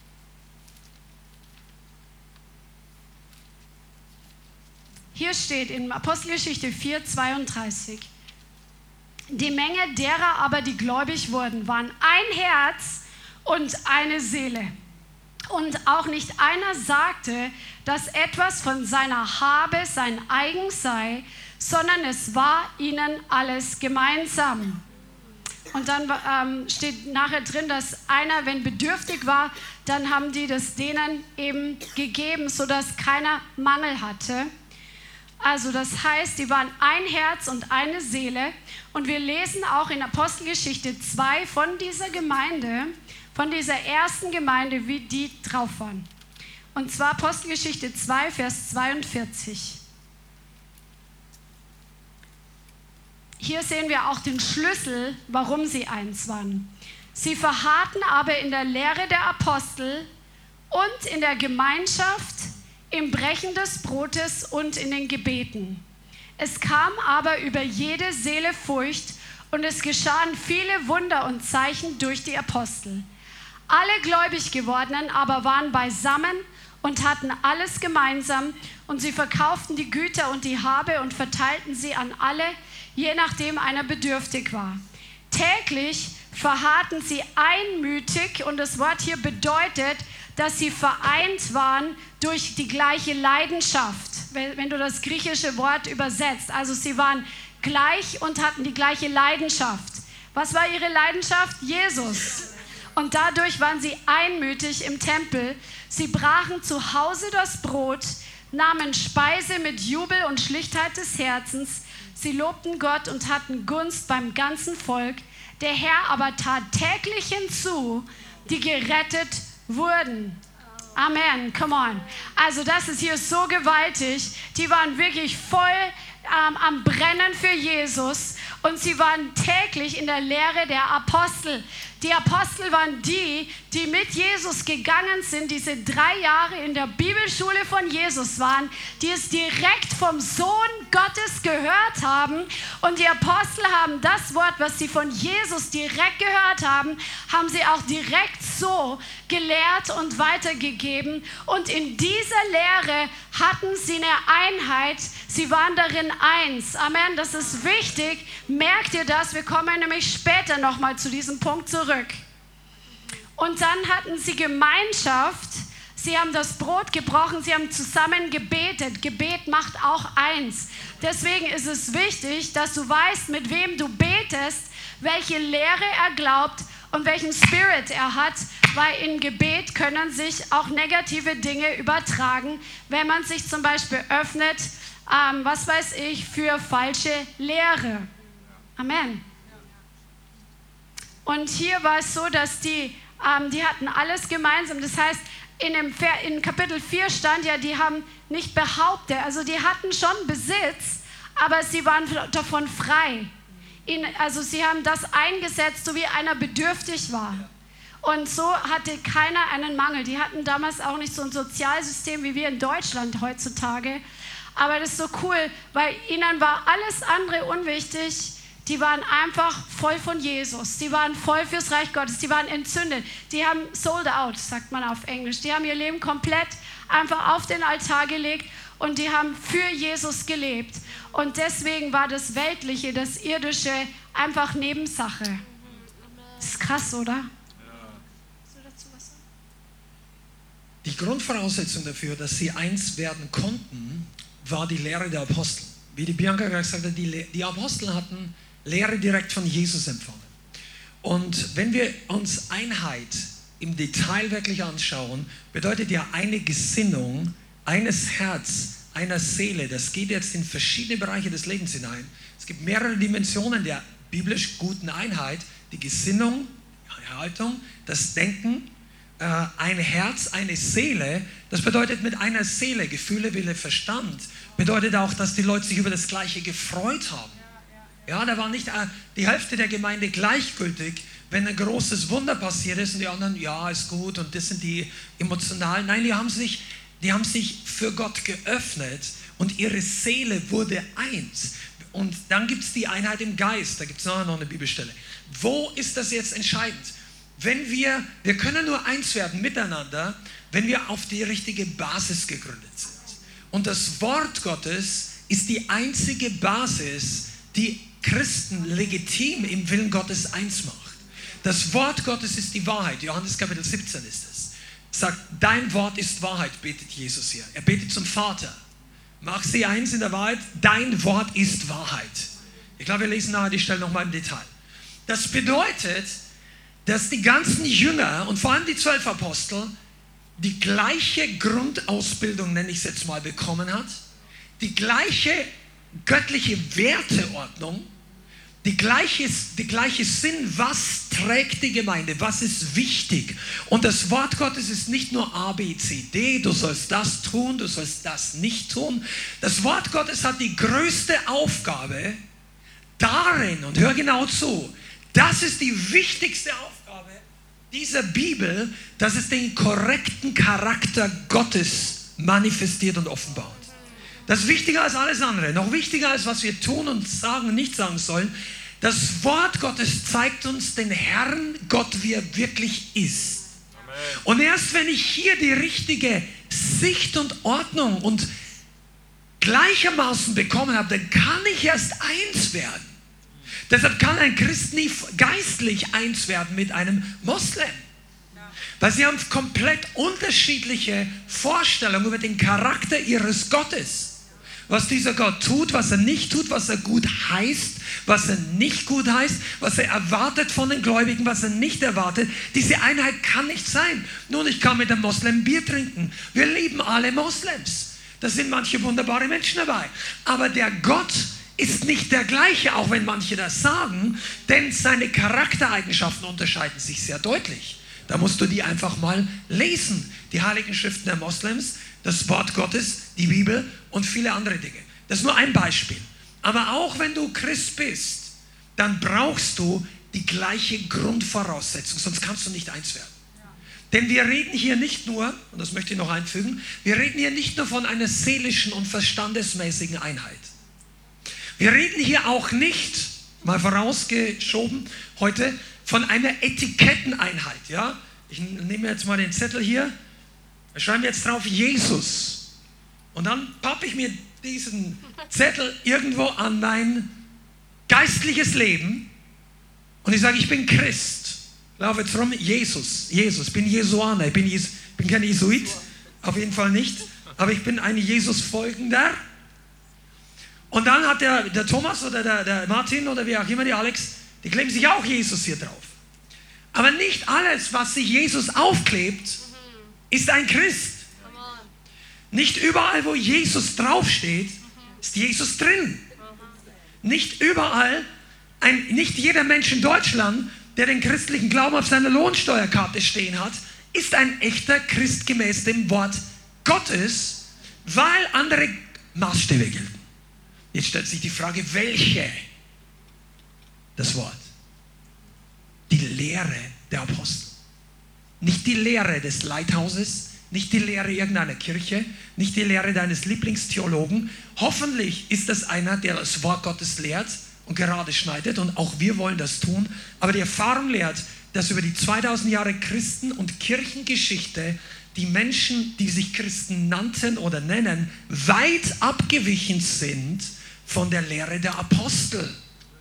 Hier steht in Apostelgeschichte vier, zweiunddreißig. Die Menge derer aber, die gläubig wurden, waren ein Herz und eine Seele. Und auch nicht einer sagte, dass etwas von seiner Habe sein eigen sei, sondern es war ihnen alles gemeinsam. Und dann ähm, steht nachher drin, dass einer, wenn bedürftig war, dann haben die das denen eben gegeben, sodass keiner Mangel hatte. Also das heißt, die waren ein Herz und eine Seele. Und wir lesen auch in Apostelgeschichte zwei von dieser Gemeinde, von dieser ersten Gemeinde, wie die drauf waren. Und zwar Apostelgeschichte zwei, Vers zweiundvierzig. Hier sehen wir auch den Schlüssel, warum sie eins waren. Sie verharrten aber in der Lehre der Apostel und in der Gemeinschaft, im Brechen des Brotes und in den Gebeten. Es kam aber über jede Seele Furcht und es geschahen viele Wunder und Zeichen durch die Apostel. Alle gläubig gewordenen aber waren beisammen und hatten alles gemeinsam und sie verkauften die Güter und die Habe und verteilten sie an alle, je nachdem einer bedürftig war. Täglich verharrten sie einmütig und das Wort hier bedeutet, dass sie vereint waren durch die gleiche Leidenschaft, wenn du das griechische Wort übersetzt. Also sie waren gleich und hatten die gleiche Leidenschaft. Was war ihre Leidenschaft? Jesus. Und dadurch waren sie einmütig im Tempel. Sie brachen zu Hause das Brot, nahmen Speise mit Jubel und Schlichtheit des Herzens. Sie lobten Gott und hatten Gunst beim ganzen Volk. Der Herr aber tat täglich hinzu, die gerettet wurden. Amen, come on. Also das ist hier so gewaltig. Die waren wirklich voll ähm, am Brennen für Jesus und sie waren täglich in der Lehre der Apostel. Die Apostel waren die, die mit Jesus gegangen sind, diese drei Jahre in der Bibelschule von Jesus waren, die es direkt vom Sohn Gottes gehört haben. Und die Apostel haben das Wort, was sie von Jesus direkt gehört haben, haben sie auch direkt so gelehrt und weitergegeben. Und in dieser Lehre hatten sie eine Einheit. Sie waren darin eins. Amen, das ist wichtig. Merkt ihr das? Wir kommen nämlich später nochmal zu diesem Punkt zurück. Und dann hatten sie Gemeinschaft. Sie haben das Brot gebrochen, sie haben zusammen gebetet. Gebet macht auch eins. Deswegen ist es wichtig, dass du weißt, mit wem du betest, welche Lehre er glaubt und welchen Spirit er hat, weil im Gebet können sich auch negative Dinge übertragen, wenn man sich zum Beispiel öffnet, ähm, was weiß ich, für falsche Lehre. Amen. Und hier war es so, dass die, ähm, die hatten alles gemeinsam. Das heißt, in, dem, in Kapitel vier stand ja, die haben nicht behauptet, also die hatten schon Besitz, aber sie waren davon frei. In, also sie haben das eingesetzt, so wie einer bedürftig war. Und so hatte keiner einen Mangel. Die hatten damals auch nicht so ein Sozialsystem wie wir in Deutschland heutzutage. Aber das ist so cool, weil ihnen war alles andere unwichtig. Die waren einfach voll von Jesus. Die waren voll fürs Reich Gottes. Die waren entzündet. Die haben sold out, sagt man auf Englisch. Die haben ihr Leben komplett einfach auf den Altar gelegt und die haben für Jesus gelebt. Und deswegen war das Weltliche, das Irdische einfach Nebensache. Das ist krass, oder? Die Grundvoraussetzung dafür, dass sie eins werden konnten, war die Lehre der Apostel. Wie die Bianca gesagt hat, die, die Apostel hatten Lehre direkt von Jesus empfangen. Und wenn wir uns Einheit im Detail wirklich anschauen, bedeutet ja eine Gesinnung, eines Herz, einer Seele. Das geht jetzt in verschiedene Bereiche des Lebens hinein. Es gibt mehrere Dimensionen der biblisch guten Einheit. Die Gesinnung, die Haltung, das Denken, äh, ein Herz, eine Seele. Das bedeutet mit einer Seele, Gefühle, Wille, Verstand, bedeutet auch, dass die Leute sich über das Gleiche gefreut haben. Ja, da war nicht die Hälfte der Gemeinde gleichgültig, wenn ein großes Wunder passiert ist und die anderen, ja, ist gut und das sind die emotionalen. Nein, die haben sich, die haben sich für Gott geöffnet und ihre Seele wurde eins. Und dann gibt es die Einheit im Geist, da gibt es nachher noch eine Bibelstelle. Wo ist das jetzt entscheidend? Wenn wir, wir können nur eins werden miteinander, wenn wir auf die richtige Basis gegründet sind. Und das Wort Gottes ist die einzige Basis, die Christen legitim im Willen Gottes eins macht. Das Wort Gottes ist die Wahrheit. Johannes Kapitel siebzehn ist es. Sagt, dein Wort ist Wahrheit, betet Jesus hier. Er betet zum Vater. Mach sie eins in der Wahrheit, dein Wort ist Wahrheit. Ich glaube, wir lesen nachher die Stelle nochmal im Detail. Das bedeutet, dass die ganzen Jünger und vor allem die zwölf Apostel die gleiche Grundausbildung, nenne ich es jetzt mal, bekommen hat, die gleiche göttliche Werteordnung, die gleiche, die gleiche Sinn, was trägt die Gemeinde, was ist wichtig. Und das Wort Gottes ist nicht nur A, B, C, D, du sollst das tun, du sollst das nicht tun. Das Wort Gottes hat die größte Aufgabe darin, und hör genau zu, das ist die wichtigste Aufgabe dieser Bibel, dass es den korrekten Charakter Gottes manifestiert und offenbart. Das ist wichtiger als alles andere, noch wichtiger als was wir tun und sagen und nicht sagen sollen. Das Wort Gottes zeigt uns den Herrn Gott, wie er wirklich ist. Amen. Und erst wenn ich hier die richtige Sicht und Ordnung und gleichermaßen bekommen habe, dann kann ich erst eins werden. Deshalb kann ein Christ nie geistlich eins werden mit einem Moslem. Weil sie haben komplett unterschiedliche Vorstellungen über den Charakter ihres Gottes. Was dieser Gott tut, was er nicht tut, was er gut heißt, was er nicht gut heißt, was er erwartet von den Gläubigen, was er nicht erwartet. Diese Einheit kann nicht sein. Nun, ich kann mit einem Moslem Bier trinken. Wir lieben alle Moslems. Da sind manche wunderbare Menschen dabei. Aber der Gott ist nicht der gleiche, auch wenn manche das sagen, denn seine Charaktereigenschaften unterscheiden sich sehr deutlich. Da musst du die einfach mal lesen. Die Heiligen Schriften der Moslems, das Wort Gottes, die Bibel und viele andere Dinge. Das ist nur ein Beispiel. Aber auch wenn du Christ bist, dann brauchst du die gleiche Grundvoraussetzung, sonst kannst du nicht eins werden. Denn wir reden hier nicht nur, und das möchte ich noch einfügen, wir reden hier nicht nur von einer seelischen und verstandesmäßigen Einheit. Wir reden hier auch nicht, mal vorausgeschoben heute, von einer Etiketteneinheit. Ja? Ich nehme jetzt mal den Zettel hier, da schreiben wir jetzt drauf Jesus. Und dann pappe ich mir diesen Zettel irgendwo an mein geistliches Leben und ich sage, ich bin Christ. Ich laufe jetzt rum, Jesus, Jesus, ich bin Jesuaner, ich bin, Jes- bin kein Jesuit, auf jeden Fall nicht, aber ich bin ein Jesus-Folgender. Und dann hat der, der Thomas oder der, der Martin oder wie auch immer, die Alex, die kleben sich auch Jesus hier drauf. Aber nicht alles, was sich Jesus aufklebt, ist ein Christ. Nicht überall, wo Jesus draufsteht, ist Jesus drin. Nicht überall, ein, nicht jeder Mensch in Deutschland, der den christlichen Glauben auf seiner Lohnsteuerkarte stehen hat, ist ein echter Christ gemäß dem Wort Gottes, weil andere Maßstäbe gelten. Jetzt stellt sich die Frage, welche? Das Wort. Die Lehre der Apostel. Nicht die Lehre des Leithauses, nicht die Lehre irgendeiner Kirche, nicht die Lehre deines Lieblingstheologen. Hoffentlich ist das einer, der das Wort Gottes lehrt und gerade schneidet und auch wir wollen das tun. Aber die Erfahrung lehrt, dass über die zweitausend Jahre Christen- und Kirchengeschichte die Menschen, die sich Christen nannten oder nennen, weit abgewichen sind von der Lehre der Apostel.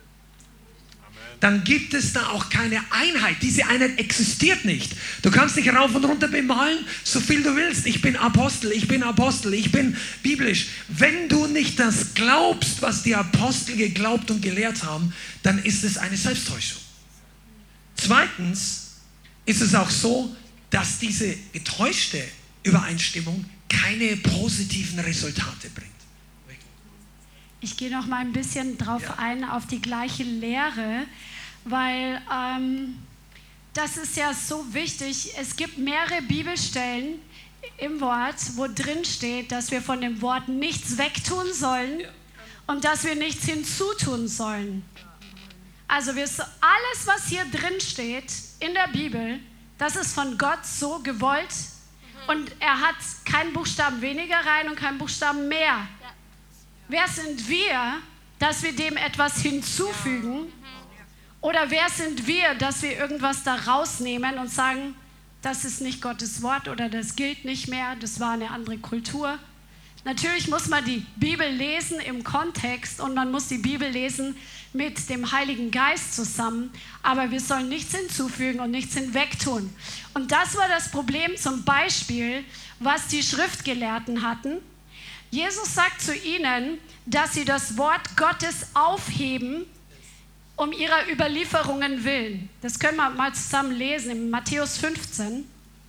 Dann gibt es da auch keine Einheit. Diese Einheit existiert nicht. Du kannst dich rauf und runter bemalen, so viel du willst. Ich bin Apostel, ich bin Apostel, ich bin biblisch. Wenn du nicht das glaubst, was die Apostel geglaubt und gelehrt haben, dann ist es eine Selbsttäuschung. Zweitens ist es auch so, dass diese getäuschte Übereinstimmung keine positiven Resultate bringt. Ich gehe noch mal ein bisschen drauf ja. ein, auf die gleiche Lehre, weil ähm, das ist ja so wichtig. Es gibt mehrere Bibelstellen im Wort, wo drin steht, dass wir von dem Wort nichts wegtun sollen ja. und dass wir nichts hinzutun sollen. Also wir, alles, was hier drin steht in der Bibel, das ist von Gott so gewollt und er hat keinen Buchstaben weniger rein und keinen Buchstaben mehr. Wer sind wir, dass wir dem etwas hinzufügen? Oder wer sind wir, dass wir irgendwas da rausnehmen und sagen, das ist nicht Gottes Wort oder das gilt nicht mehr, das war eine andere Kultur? Natürlich muss man die Bibel lesen im Kontext und man muss die Bibel lesen mit dem Heiligen Geist zusammen, aber wir sollen nichts hinzufügen und nichts hinwegtun. Und das war das Problem zum Beispiel, was die Schriftgelehrten hatten. Jesus sagt zu ihnen, dass sie das Wort Gottes aufheben um ihrer Überlieferungen willen. Das können wir mal zusammen lesen in Matthäus fünfzehn.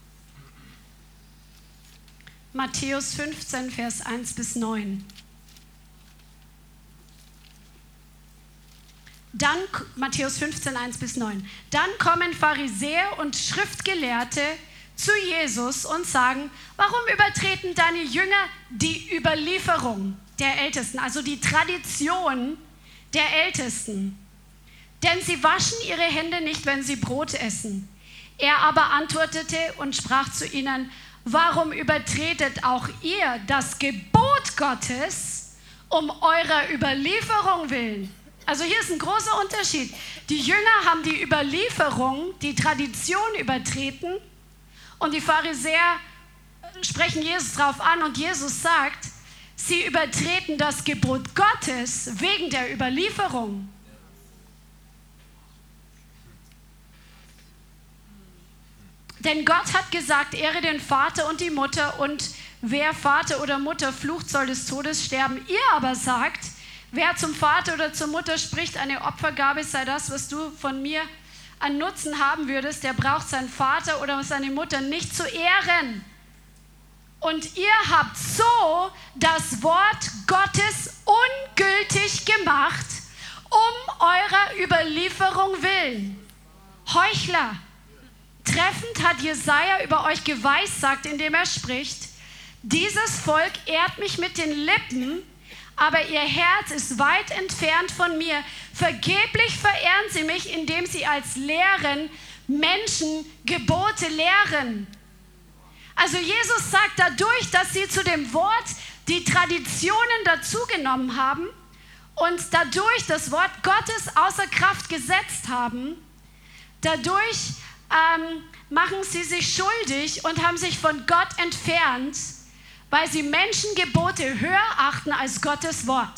Matthäus fünfzehn, Vers eins bis neun. Dann, Matthäus fünfzehn, eins bis neun. Dann kommen Pharisäer und Schriftgelehrte zu Jesus und sagen, warum übertreten deine Jünger die Überlieferung der Ältesten, also die Tradition der Ältesten? Denn sie waschen ihre Hände nicht, wenn sie Brot essen. Er aber antwortete und sprach zu ihnen, warum übertretet auch ihr das Gebot Gottes um eurer Überlieferung willen? Also hier ist ein großer Unterschied. Die Jünger haben die Überlieferung, die Tradition übertreten und die Pharisäer sprechen Jesus darauf an und Jesus sagt, sie übertreten das Gebot Gottes wegen der Überlieferung. Denn Gott hat gesagt, ehre den Vater und die Mutter und wer Vater oder Mutter flucht, soll des Todes sterben. Ihr aber sagt, wer zum Vater oder zur Mutter spricht, eine Opfergabe sei das, was du von mir an Nutzen haben würdest, der braucht seinen Vater oder seine Mutter nicht zu ehren. Und ihr habt so das Wort Gottes ungültig gemacht, um eurer Überlieferung willen. Heuchler! Treffend hat Jesaja über euch geweissagt, indem er spricht, dieses Volk ehrt mich mit den Lippen, aber ihr Herz ist weit entfernt von mir. Vergeblich verehren sie mich, indem sie als Lehren Menschen Gebote lehren. Also Jesus sagt dadurch, dass sie zu dem Wort die Traditionen dazugenommen haben und dadurch das Wort Gottes außer Kraft gesetzt haben, dadurch ähm, machen sie sich schuldig und haben sich von Gott entfernt, weil sie Menschengebote höher achten als Gottes Wort.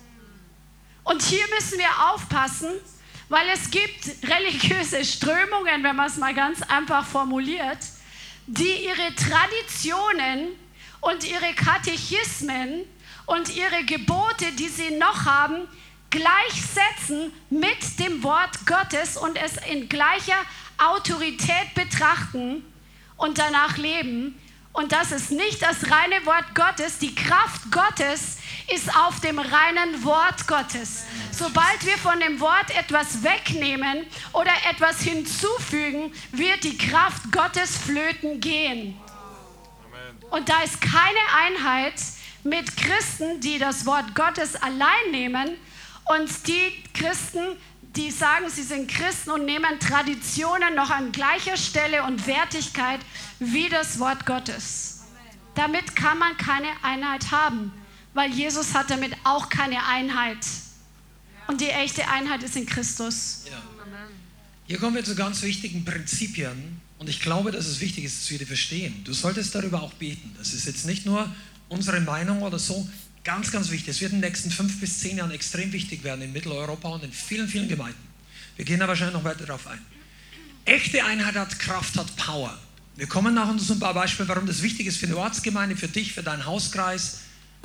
Und hier müssen wir aufpassen, weil es gibt religiöse Strömungen, wenn man es mal ganz einfach formuliert, die ihre Traditionen und ihre Katechismen und ihre Gebote, die sie noch haben, gleichsetzen mit dem Wort Gottes und es in gleicher Autorität betrachten und danach leben. Und das ist nicht das reine Wort Gottes. Die Kraft Gottes ist auf dem reinen Wort Gottes. Sobald wir von dem Wort etwas wegnehmen oder etwas hinzufügen, wird die Kraft Gottes flöten gehen. Und da ist keine Einheit mit Christen, die das Wort Gottes allein nehmen und die Christen, die sagen, sie sind Christen und nehmen Traditionen noch an gleicher Stelle und Wertigkeit wie das Wort Gottes. Damit kann man keine Einheit haben, weil Jesus hat damit auch keine Einheit. Und die echte Einheit ist in Christus. Ja. Hier kommen wir zu ganz wichtigen Prinzipien und ich glaube, dass es wichtig ist, dass wir die verstehen. Du solltest darüber auch beten. Das ist jetzt nicht nur unsere Meinung oder so. Ganz, ganz wichtig. Es wird in den nächsten fünf bis zehn Jahren extrem wichtig werden in Mitteleuropa und in vielen, vielen Gemeinden. Wir gehen da wahrscheinlich noch weiter darauf ein. Echte Einheit hat Kraft, hat Power. Wir kommen nachher zu ein paar Beispiele, warum das wichtig ist für eine Ortsgemeinde, für dich, für deinen Hauskreis.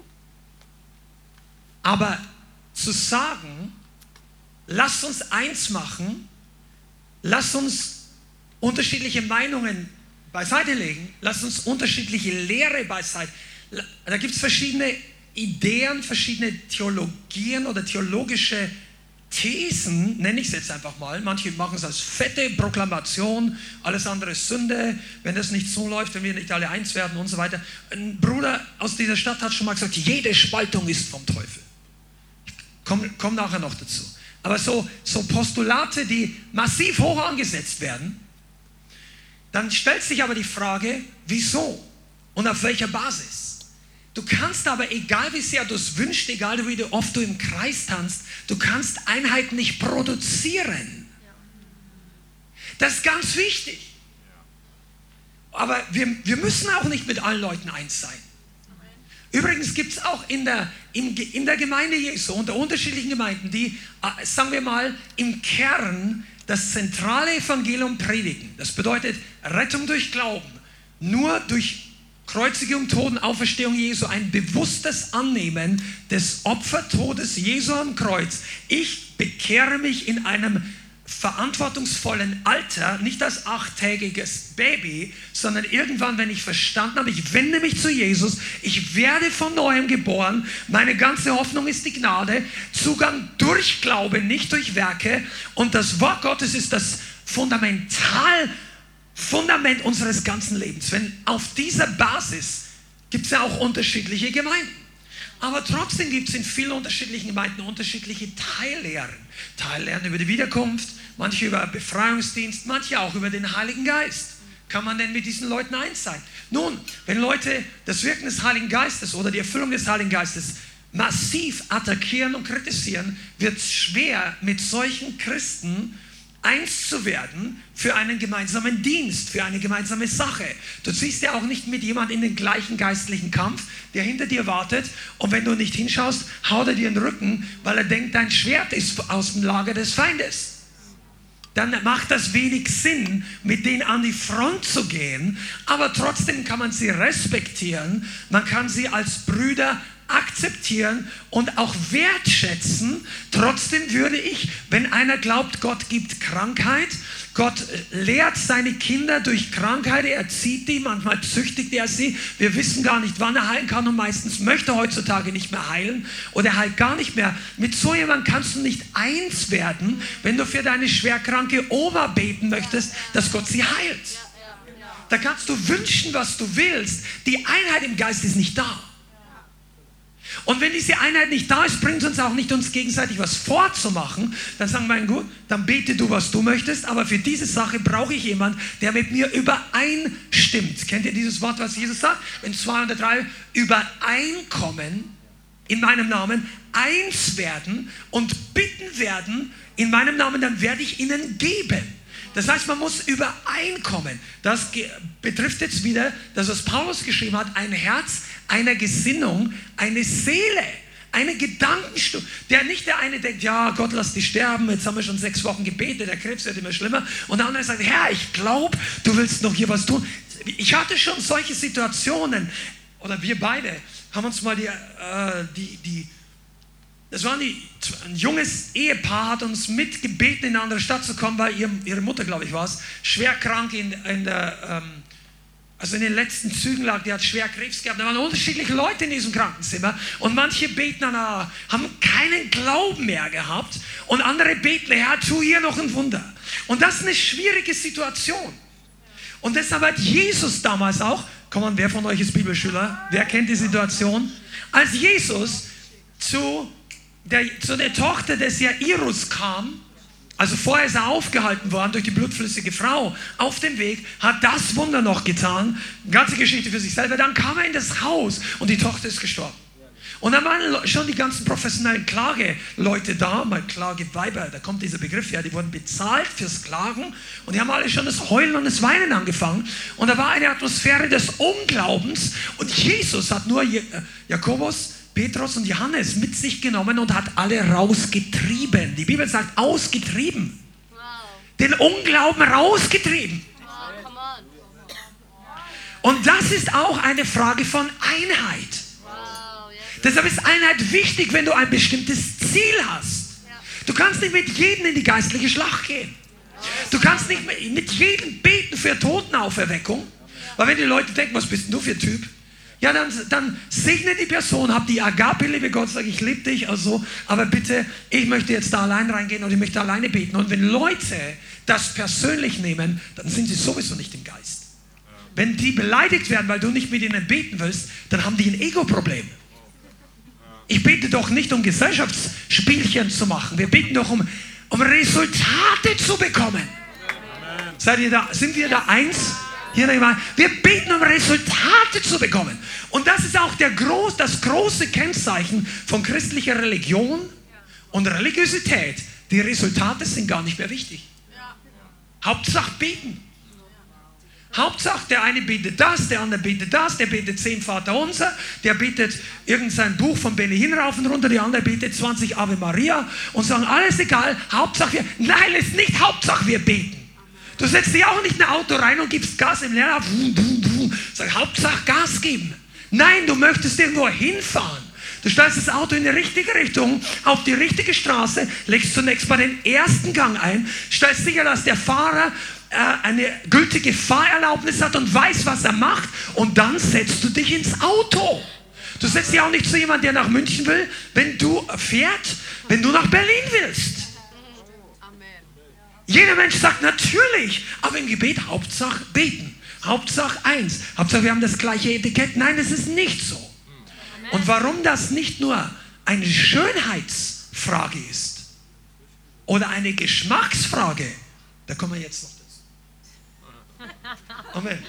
Aber zu sagen, lasst uns eins machen, lasst uns unterschiedliche Meinungen beiseite legen, lasst uns unterschiedliche Lehre beiseite. Da gibt es verschiedene Ideen, verschiedene Theologien oder theologische Thesen, nenne ich es jetzt einfach mal. Manche machen es als fette Proklamation, alles andere ist Sünde, wenn das nicht so läuft, wenn wir nicht alle eins werden und so weiter. Ein Bruder aus dieser Stadt hat schon mal gesagt, jede Spaltung ist vom Teufel. Ich komme komm nachher noch dazu. Aber so, so Postulate, die massiv hoch angesetzt werden, dann stellt sich aber die Frage, wieso und auf welcher Basis? Du kannst aber, egal wie sehr du es wünschst, egal wie oft du im Kreis tanzt, du kannst Einheit nicht produzieren. Das ist ganz wichtig. Aber wir, wir müssen auch nicht mit allen Leuten eins sein. Übrigens gibt es auch in der, in, in der Gemeinde Jesu, unter unterschiedlichen Gemeinden, die, sagen wir mal, im Kern das zentrale Evangelium predigen. Das bedeutet Rettung durch Glauben, nur durch Kreuzigung, Tod und Auferstehung Jesu, ein bewusstes Annehmen des Opfertodes Jesu am Kreuz. Ich bekehre mich in einem verantwortungsvollen Alter, nicht als achttägiges Baby, sondern irgendwann, wenn ich verstanden habe, ich wende mich zu Jesus, ich werde von Neuem geboren, meine ganze Hoffnung ist die Gnade, Zugang durch Glaube, nicht durch Werke, und das Wort Gottes ist das fundamental Fundament unseres ganzen Lebens. Wenn auf dieser Basis gibt es ja auch unterschiedliche Gemeinden. Aber trotzdem gibt es in vielen unterschiedlichen Gemeinden unterschiedliche Teillehren. Teillehren über die Wiederkunft, manche über Befreiungsdienst, manche auch über den Heiligen Geist. Kann man denn mit diesen Leuten eins sein? Nun, wenn Leute das Wirken des Heiligen Geistes oder die Erfüllung des Heiligen Geistes massiv attackieren und kritisieren, wird es schwer, mit solchen Christen eins zu werden für einen gemeinsamen Dienst, für eine gemeinsame Sache. Du ziehst ja auch nicht mit jemandem in den gleichen geistlichen Kampf, der hinter dir wartet, und wenn du nicht hinschaust, haut er dir in den Rücken, weil er denkt, dein Schwert ist aus dem Lager des Feindes. Dann macht das wenig Sinn, mit denen an die Front zu gehen, aber trotzdem kann man sie respektieren, man kann sie als Brüder akzeptieren und auch wertschätzen. Trotzdem würde ich, wenn einer glaubt, Gott gibt Krankheit, Gott lehrt seine Kinder durch Krankheit, er erzieht die, manchmal züchtigt er sie, wir wissen gar nicht, wann er heilen kann, und meistens möchte er heutzutage nicht mehr heilen oder er heilt gar nicht mehr. Mit so jemandem kannst du nicht eins werden, wenn du für deine schwerkranke Oma beten möchtest, dass Gott sie heilt. Da kannst du wünschen, was du willst, die Einheit im Geist ist nicht da. Und wenn diese Einheit nicht da ist, bringt es uns auch nicht, uns gegenseitig was vorzumachen. Dann sagen wir, gut, dann bete du, was du möchtest, aber für diese Sache brauche ich jemanden, der mit mir übereinstimmt. Kennt ihr dieses Wort, was Jesus sagt? Wenn zwei oder drei übereinkommen in meinem Namen, eins werden und bitten werden in meinem Namen, dann werde ich ihnen geben. Das heißt, man muss übereinkommen. Das betrifft jetzt wieder das, was Paulus geschrieben hat, ein Herz, eine Gesinnung, eine Seele, eine Gedankenstube. Der nicht der eine denkt, ja, Gott, lass die sterben, jetzt haben wir schon sechs Wochen gebetet, der Krebs wird immer schlimmer. Und der andere sagt, Herr, ich glaube, du willst noch hier was tun. Ich hatte schon solche Situationen, oder wir beide haben uns mal die, äh, die, die Das war die, ein junges Ehepaar, hat uns mitgebeten, in eine andere Stadt zu kommen, weil ihr, ihre Mutter, glaube ich, war es, schwer krank in, in der, ähm, also in den letzten Zügen lag, die hat schwer Krebs gehabt. Da waren unterschiedliche Leute in diesem Krankenzimmer und manche beten an, haben keinen Glauben mehr gehabt und andere beten, Herr, tu hier noch ein Wunder. Und das ist eine schwierige Situation. Und deshalb hat Jesus damals auch, komm mal, wer von euch ist Bibelschüler? Wer kennt die Situation? Als Jesus zu Der, zu der Tochter des Jairus kam, also vorher ist er aufgehalten worden durch die blutflüssige Frau auf dem Weg, hat das Wunder noch getan, ganze Geschichte für sich selber, dann kam er in das Haus und die Tochter ist gestorben. Und dann waren schon die ganzen professionellen Klageleute da, mal Klageweiber, da kommt dieser Begriff her, die wurden bezahlt fürs Klagen und die haben alle schon das Heulen und das Weinen angefangen und da war eine Atmosphäre des Unglaubens und Jesus hat nur Jakobus, Petrus und Johannes mit sich genommen und hat alle rausgetrieben. Die Bibel sagt, ausgetrieben. Wow. Den Unglauben rausgetrieben. Wow, come on. Und das ist auch eine Frage von Einheit. Wow, yes. Deshalb ist Einheit wichtig, wenn du ein bestimmtes Ziel hast. Ja. Du kannst nicht mit jedem in die geistliche Schlacht gehen. Du kannst nicht mit jedem beten für Totenauferweckung. Weil wenn die Leute denken, was bist denn du für ein Typ? Ja, dann, dann segne die Person, hab die Agape-Liebe, Gott sagt, ich liebe dich, also, aber bitte, ich möchte jetzt da allein reingehen und ich möchte alleine beten. Und wenn Leute das persönlich nehmen, dann sind sie sowieso nicht im Geist. Wenn die beleidigt werden, weil du nicht mit ihnen beten willst, dann haben die ein Ego-Problem. Ich bete doch nicht, um Gesellschaftsspielchen zu machen. Wir beten doch, um, um Resultate zu bekommen. Seid ihr da? Sind wir da eins? Hier, wir beten, um Resultate zu bekommen. Und das ist auch der groß, das große Kennzeichen von christlicher Religion und Religiosität. Die Resultate sind gar nicht mehr wichtig. Hauptsache beten. Hauptsache, der eine betet das, der andere betet das, der betet zehn Vaterunser, der betet irgendein Buch von Benny Hinn rauf und runter, der andere betet zwanzig Ave Maria und sagen, alles egal, Hauptsache wir, nein, es ist nicht Hauptsache wir beten. Du setzt dich auch nicht in ein Auto rein und gibst Gas im Leerlauf. Sag, Hauptsache Gas geben. Nein, du möchtest irgendwo hinfahren. Du stellst das Auto in die richtige Richtung, auf die richtige Straße, legst zunächst mal den ersten Gang ein, stellst sicher, dass der Fahrer äh, eine gültige Fahrerlaubnis hat und weiß, was er macht, und dann setzt du dich ins Auto. Du setzt dich auch nicht zu jemandem, der nach München will, wenn du fährt, wenn du nach Berlin willst. Jeder Mensch sagt natürlich, aber im Gebet Hauptsache beten. Hauptsache eins. Hauptsache wir haben das gleiche Etikett. Nein, das ist nicht so. Und warum das nicht nur eine Schönheitsfrage ist oder eine Geschmacksfrage, da kommen wir jetzt noch dazu. Amen.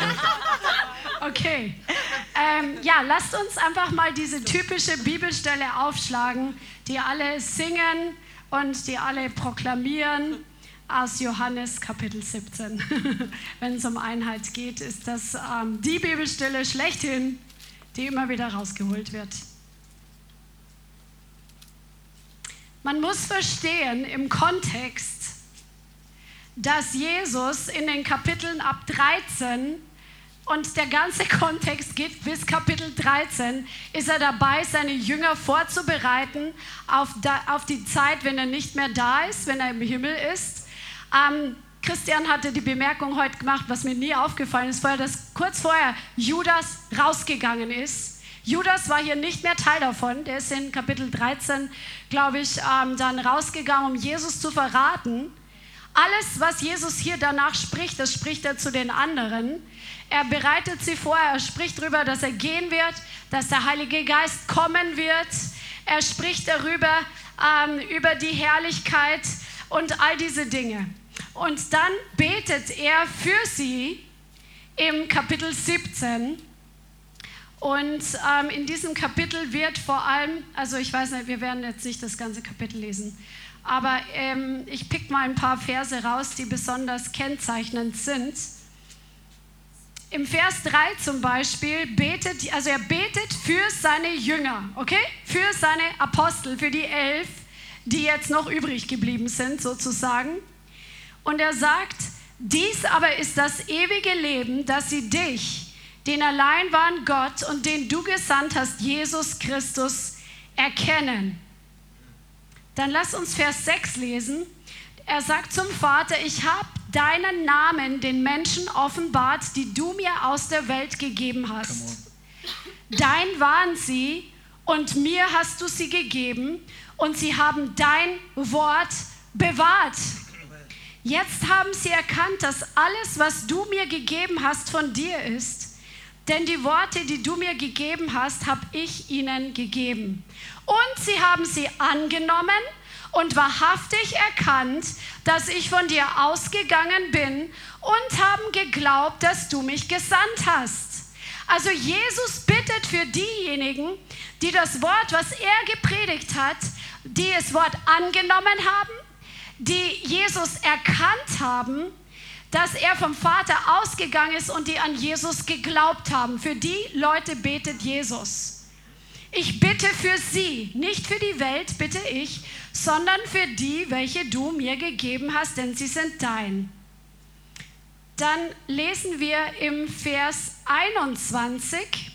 Okay, ähm, ja, lasst uns einfach mal diese typische Bibelstelle aufschlagen, die alle singen und die alle proklamieren, aus Johannes Kapitel siebzehn. Wenn es um Einheit geht, ist das ähm, die Bibelstelle schlechthin, die immer wieder rausgeholt wird. Man muss verstehen im Kontext, dass Jesus in den Kapiteln ab dreizehn, und der ganze Kontext geht bis Kapitel dreizehn, ist er dabei, seine Jünger vorzubereiten auf, da, auf die Zeit, wenn er nicht mehr da ist, wenn er im Himmel ist. Ähm, Christian hatte die Bemerkung heute gemacht, was mir nie aufgefallen ist, vorher, dass kurz vorher Judas rausgegangen ist. Judas war hier nicht mehr Teil davon. Der ist in Kapitel dreizehn, glaube ich, ähm, dann rausgegangen, um Jesus zu verraten. Alles, was Jesus hier danach spricht, das spricht er zu den anderen. Er bereitet sie vor, er spricht darüber, dass er gehen wird, dass der Heilige Geist kommen wird. Er spricht darüber, ähm, über die Herrlichkeit und all diese Dinge. Und dann betet er für sie im Kapitel siebzehn. Und ähm, in diesem Kapitel wird vor allem, also ich weiß nicht, wir werden jetzt nicht das ganze Kapitel lesen, aber ähm, ich pick mal ein paar Verse raus, die besonders kennzeichnend sind. Im Vers drei zum Beispiel betet, also er betet für seine Jünger, okay? Für seine Apostel, für die elf, die jetzt noch übrig geblieben sind sozusagen. Und er sagt, dies aber ist das ewige Leben, dass sie dich, den allein wahren Gott und den du gesandt hast, Jesus Christus, erkennen. Dann lass uns Vers sechs lesen. Er sagt zum Vater, ich habe deinen Namen den Menschen offenbart, die du mir aus der Welt gegeben hast. Dein waren sie und mir hast du sie gegeben und sie haben dein Wort bewahrt. Jetzt haben sie erkannt, dass alles, was du mir gegeben hast, von dir ist. Denn die Worte, die du mir gegeben hast, habe ich ihnen gegeben. Und sie haben sie angenommen und wahrhaftig erkannt, dass ich von dir ausgegangen bin und haben geglaubt, dass du mich gesandt hast. Also Jesus bittet für diejenigen, die das Wort, was er gepredigt hat, die das Wort angenommen haben, die Jesus erkannt haben, dass er vom Vater ausgegangen ist und die an Jesus geglaubt haben. Für die Leute betet Jesus. Ich bitte für sie, nicht für die Welt bitte ich, sondern für die, welche du mir gegeben hast, denn sie sind dein. Dann lesen wir im Vers einundzwanzig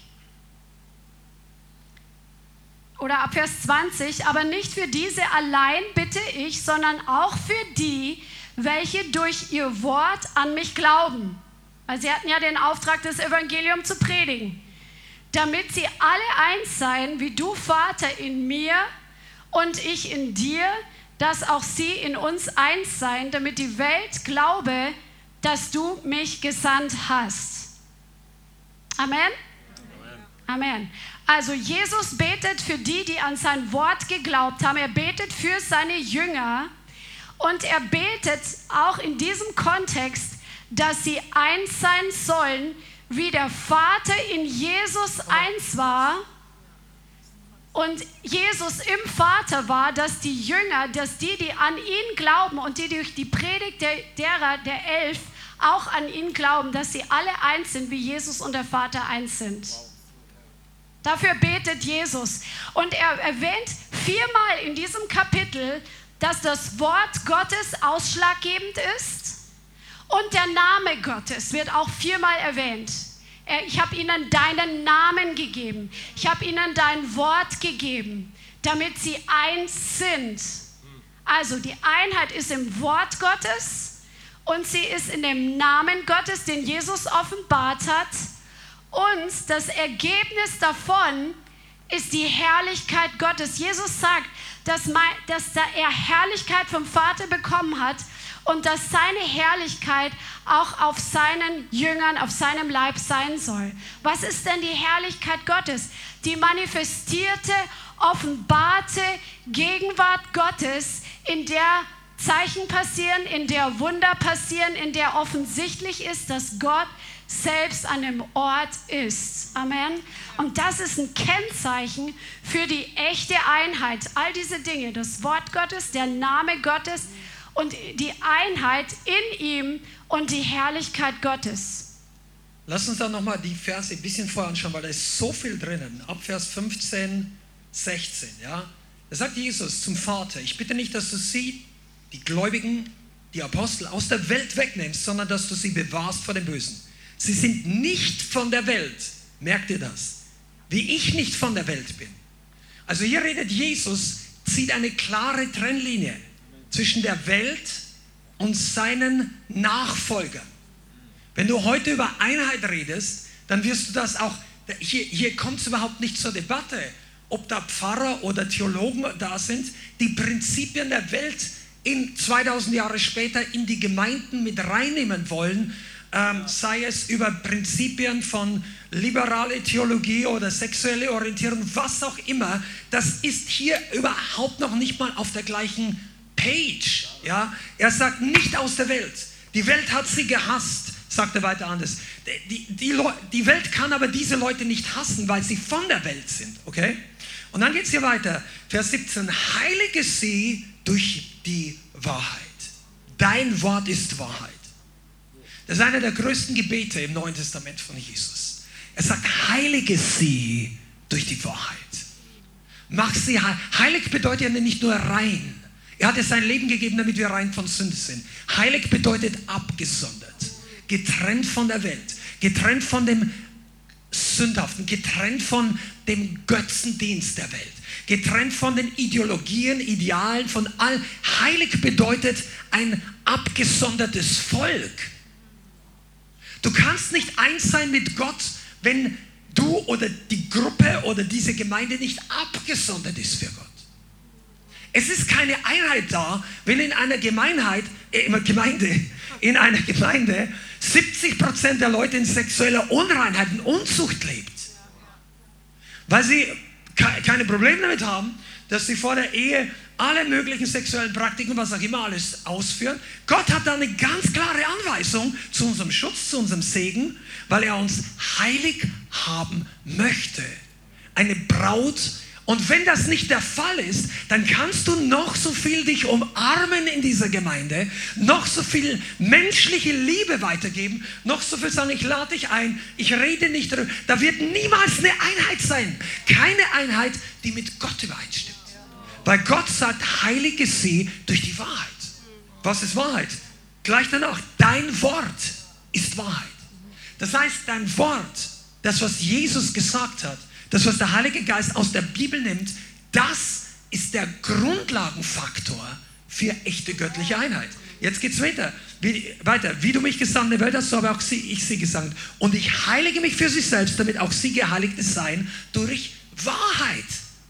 oder ab Vers zwanzig, aber nicht für diese allein bitte ich, sondern auch für die, welche durch ihr Wort an mich glauben. Weil sie hatten ja den Auftrag, das Evangelium zu predigen. Damit sie alle eins seien, wie du, Vater, in mir und ich in dir, dass auch sie in uns eins seien, damit die Welt glaube, dass du mich gesandt hast. Amen? Amen. Amen. Also Jesus betet für die, die an sein Wort geglaubt haben. Er betet für seine Jünger und er betet auch in diesem Kontext, dass sie eins sein sollen, wie der Vater in Jesus eins war und Jesus im Vater war, dass die Jünger, dass die, die an ihn glauben und die durch die Predigt der, derer, der elf, auch an ihn glauben, dass sie alle eins sind, wie Jesus und der Vater eins sind. Dafür betet Jesus. Und er erwähnt viermal in diesem Kapitel, dass das Wort Gottes ausschlaggebend ist Und der Name Gottes wird auch viermal erwähnt. Ich habe ihnen deinen Namen gegeben. Ich habe ihnen dein Wort gegeben, damit sie eins sind. Also die Einheit ist im Wort Gottes und sie ist in dem Namen Gottes, den Jesus offenbart hat. Und das Ergebnis davon ist die Herrlichkeit Gottes. Jesus sagt, dass, mein, dass er Herrlichkeit vom Vater bekommen hat und dass seine Herrlichkeit auch auf seinen Jüngern, auf seinem Leib sein soll. Was ist denn die Herrlichkeit Gottes? Die manifestierte, offenbarte Gegenwart Gottes, in der Zeichen passieren, in der Wunder passieren, in der offensichtlich ist, dass Gott selbst an dem Ort ist. Amen. Und das ist ein Kennzeichen für die echte Einheit. All diese Dinge, das Wort Gottes, der Name Gottes und die Einheit in ihm und die Herrlichkeit Gottes. Lass uns da nochmal die Verse ein bisschen vorher anschauen, weil da ist so viel drinnen. Ab Vers fünfzehn, sechzehn, ja. Da sagt Jesus zum Vater, ich bitte nicht, dass du sie, die Gläubigen, die Apostel aus der Welt wegnimmst, sondern dass du sie bewahrst vor dem Bösen. Sie sind nicht von der Welt. Merkt ihr das? Wie ich nicht von der Welt bin. Also hier redet Jesus, zieht eine klare Trennlinie zwischen der Welt und seinen Nachfolgern. Wenn du heute über Einheit redest, dann wirst du das auch, hier, hier kommt es überhaupt nicht zur Debatte, ob da Pfarrer oder Theologen da sind, die Prinzipien der Welt in zweitausend Jahre später in die Gemeinden mit reinnehmen wollen, ähm, sei es über Prinzipien von liberale Theologie oder sexuelle Orientierung, was auch immer, das ist hier überhaupt noch nicht mal auf der gleichen Page. Ja? Er sagt, nicht aus der Welt. Die Welt hat sie gehasst, sagt er weiter anders. Die, die, die Welt kann aber diese Leute nicht hassen, weil sie von der Welt sind. Okay? Und dann geht es hier weiter. Vers siebzehn. Heilige sie durch die Wahrheit. Dein Wort ist Wahrheit. Das ist einer der größten Gebete im Neuen Testament von Jesus. Er sagt, heilige sie durch die Wahrheit. Mach sie heilig. Heilig bedeutet ja nicht nur rein. Er hat ja sein Leben gegeben, damit wir rein von Sünde sind. Heilig bedeutet abgesondert, getrennt von der Welt, getrennt von dem Sündhaften, getrennt von dem Götzendienst der Welt, getrennt von den Ideologien, Idealen, von all. Heilig bedeutet ein abgesondertes Volk. Du kannst nicht eins sein mit Gott, wenn du oder die Gruppe oder diese Gemeinde nicht abgesondert ist für Gott. Es ist keine Einheit da, wenn in einer Gemeinheit, äh, Gemeinde, in einer Gemeinde siebzig Prozent der Leute in sexueller Unreinheit und Unzucht lebt. Weil sie ke- keine Probleme damit haben, dass sie vor der Ehe alle möglichen sexuellen Praktiken, was auch immer alles ausführen. Gott hat da eine ganz klare Anweisung zu unserem Schutz, zu unserem Segen, weil er uns heilig haben möchte. Eine Braut. Und wenn das nicht der Fall ist, dann kannst du noch so viel dich umarmen in dieser Gemeinde, noch so viel menschliche Liebe weitergeben, noch so viel sagen, ich lade dich ein, ich rede nicht darüber. Da wird niemals eine Einheit sein. Keine Einheit, die mit Gott übereinstimmt. Weil Gott sagt, heilige sie durch die Wahrheit. Was ist Wahrheit? Gleich danach, dein Wort ist Wahrheit. Das heißt, dein Wort, das, was Jesus gesagt hat, das, was der Heilige Geist aus der Bibel nimmt, das ist der Grundlagenfaktor für echte göttliche Einheit. Jetzt geht es weiter. Wie, weiter. Wie du mich gesandt in der Welt hast, so habe auch sie, ich sie gesandt. Und ich heilige mich für sie selbst, damit auch sie geheiligt seien durch Wahrheit.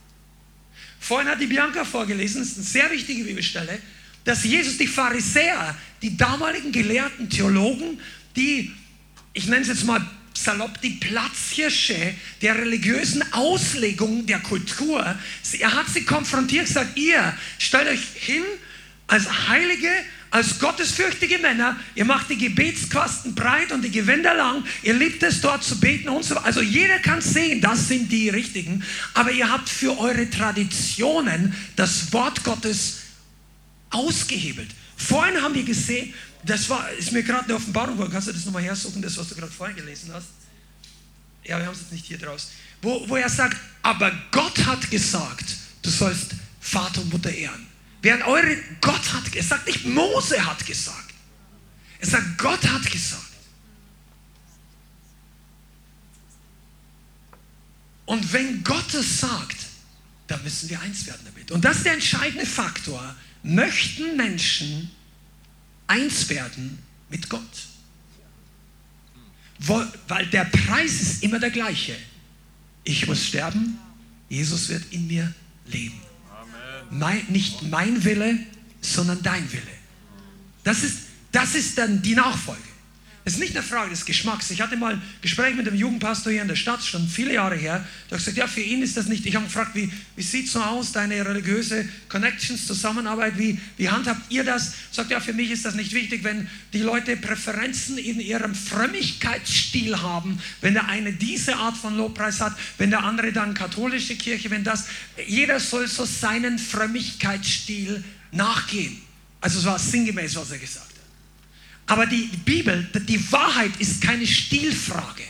Vorhin hat die Bianca vorgelesen, das ist eine sehr wichtige Bibelstelle, dass Jesus die Pharisäer, die damaligen gelehrten Theologen, die, ich nenne es jetzt mal salopp, die Platzhirsche der religiösen Auslegung der Kultur, er hat sie konfrontiert, gesagt, ihr stellt euch hin als Heilige, als gottesfürchtige Männer, ihr macht die Gebetskasten breit und die Gewänder lang, ihr liebt es dort zu beten und so weiter. Also jeder kann sehen, das sind die Richtigen, aber ihr habt für eure Traditionen das Wort Gottes ausgehebelt. Vorhin haben wir gesehen, das war, ist mir gerade eine Offenbarung geworden, kannst du das nochmal hersuchen, das, was du gerade vorhin gelesen hast? Ja, wir haben es jetzt nicht hier draus. Wo, wo er sagt, aber Gott hat gesagt, du sollst Vater und Mutter ehren. Während eure, Gott hat, er sagt nicht, Mose hat gesagt. Er sagt, Gott hat gesagt. Und wenn Gott es sagt, dann müssen wir eins werden damit. Und das ist der entscheidende Faktor. Möchten Menschen eins werden mit Gott? Wo, weil der Preis ist immer der gleiche. Ich muss sterben, Jesus wird in mir leben. Mein, nicht mein Wille, sondern dein Wille. Das ist, das ist dann die Nachfolge. Es ist nicht eine Frage des Geschmacks. Ich hatte mal ein Gespräch mit einem Jugendpastor hier in der Stadt, schon viele Jahre her. Der hat gesagt, ja, für ihn ist das nicht. Ich habe gefragt, wie, wie sieht es so aus, deine religiöse Connections, Zusammenarbeit, wie, wie handhabt ihr das? Sagt, ja, für mich ist das nicht wichtig, wenn die Leute Präferenzen in ihrem Frömmigkeitsstil haben, wenn der eine diese Art von Lobpreis hat, wenn der andere dann katholische Kirche, wenn das, jeder soll so seinen Frömmigkeitsstil nachgehen. Also es war sinngemäß, was er gesagt hat. Aber die Bibel, die Wahrheit ist keine Stilfrage.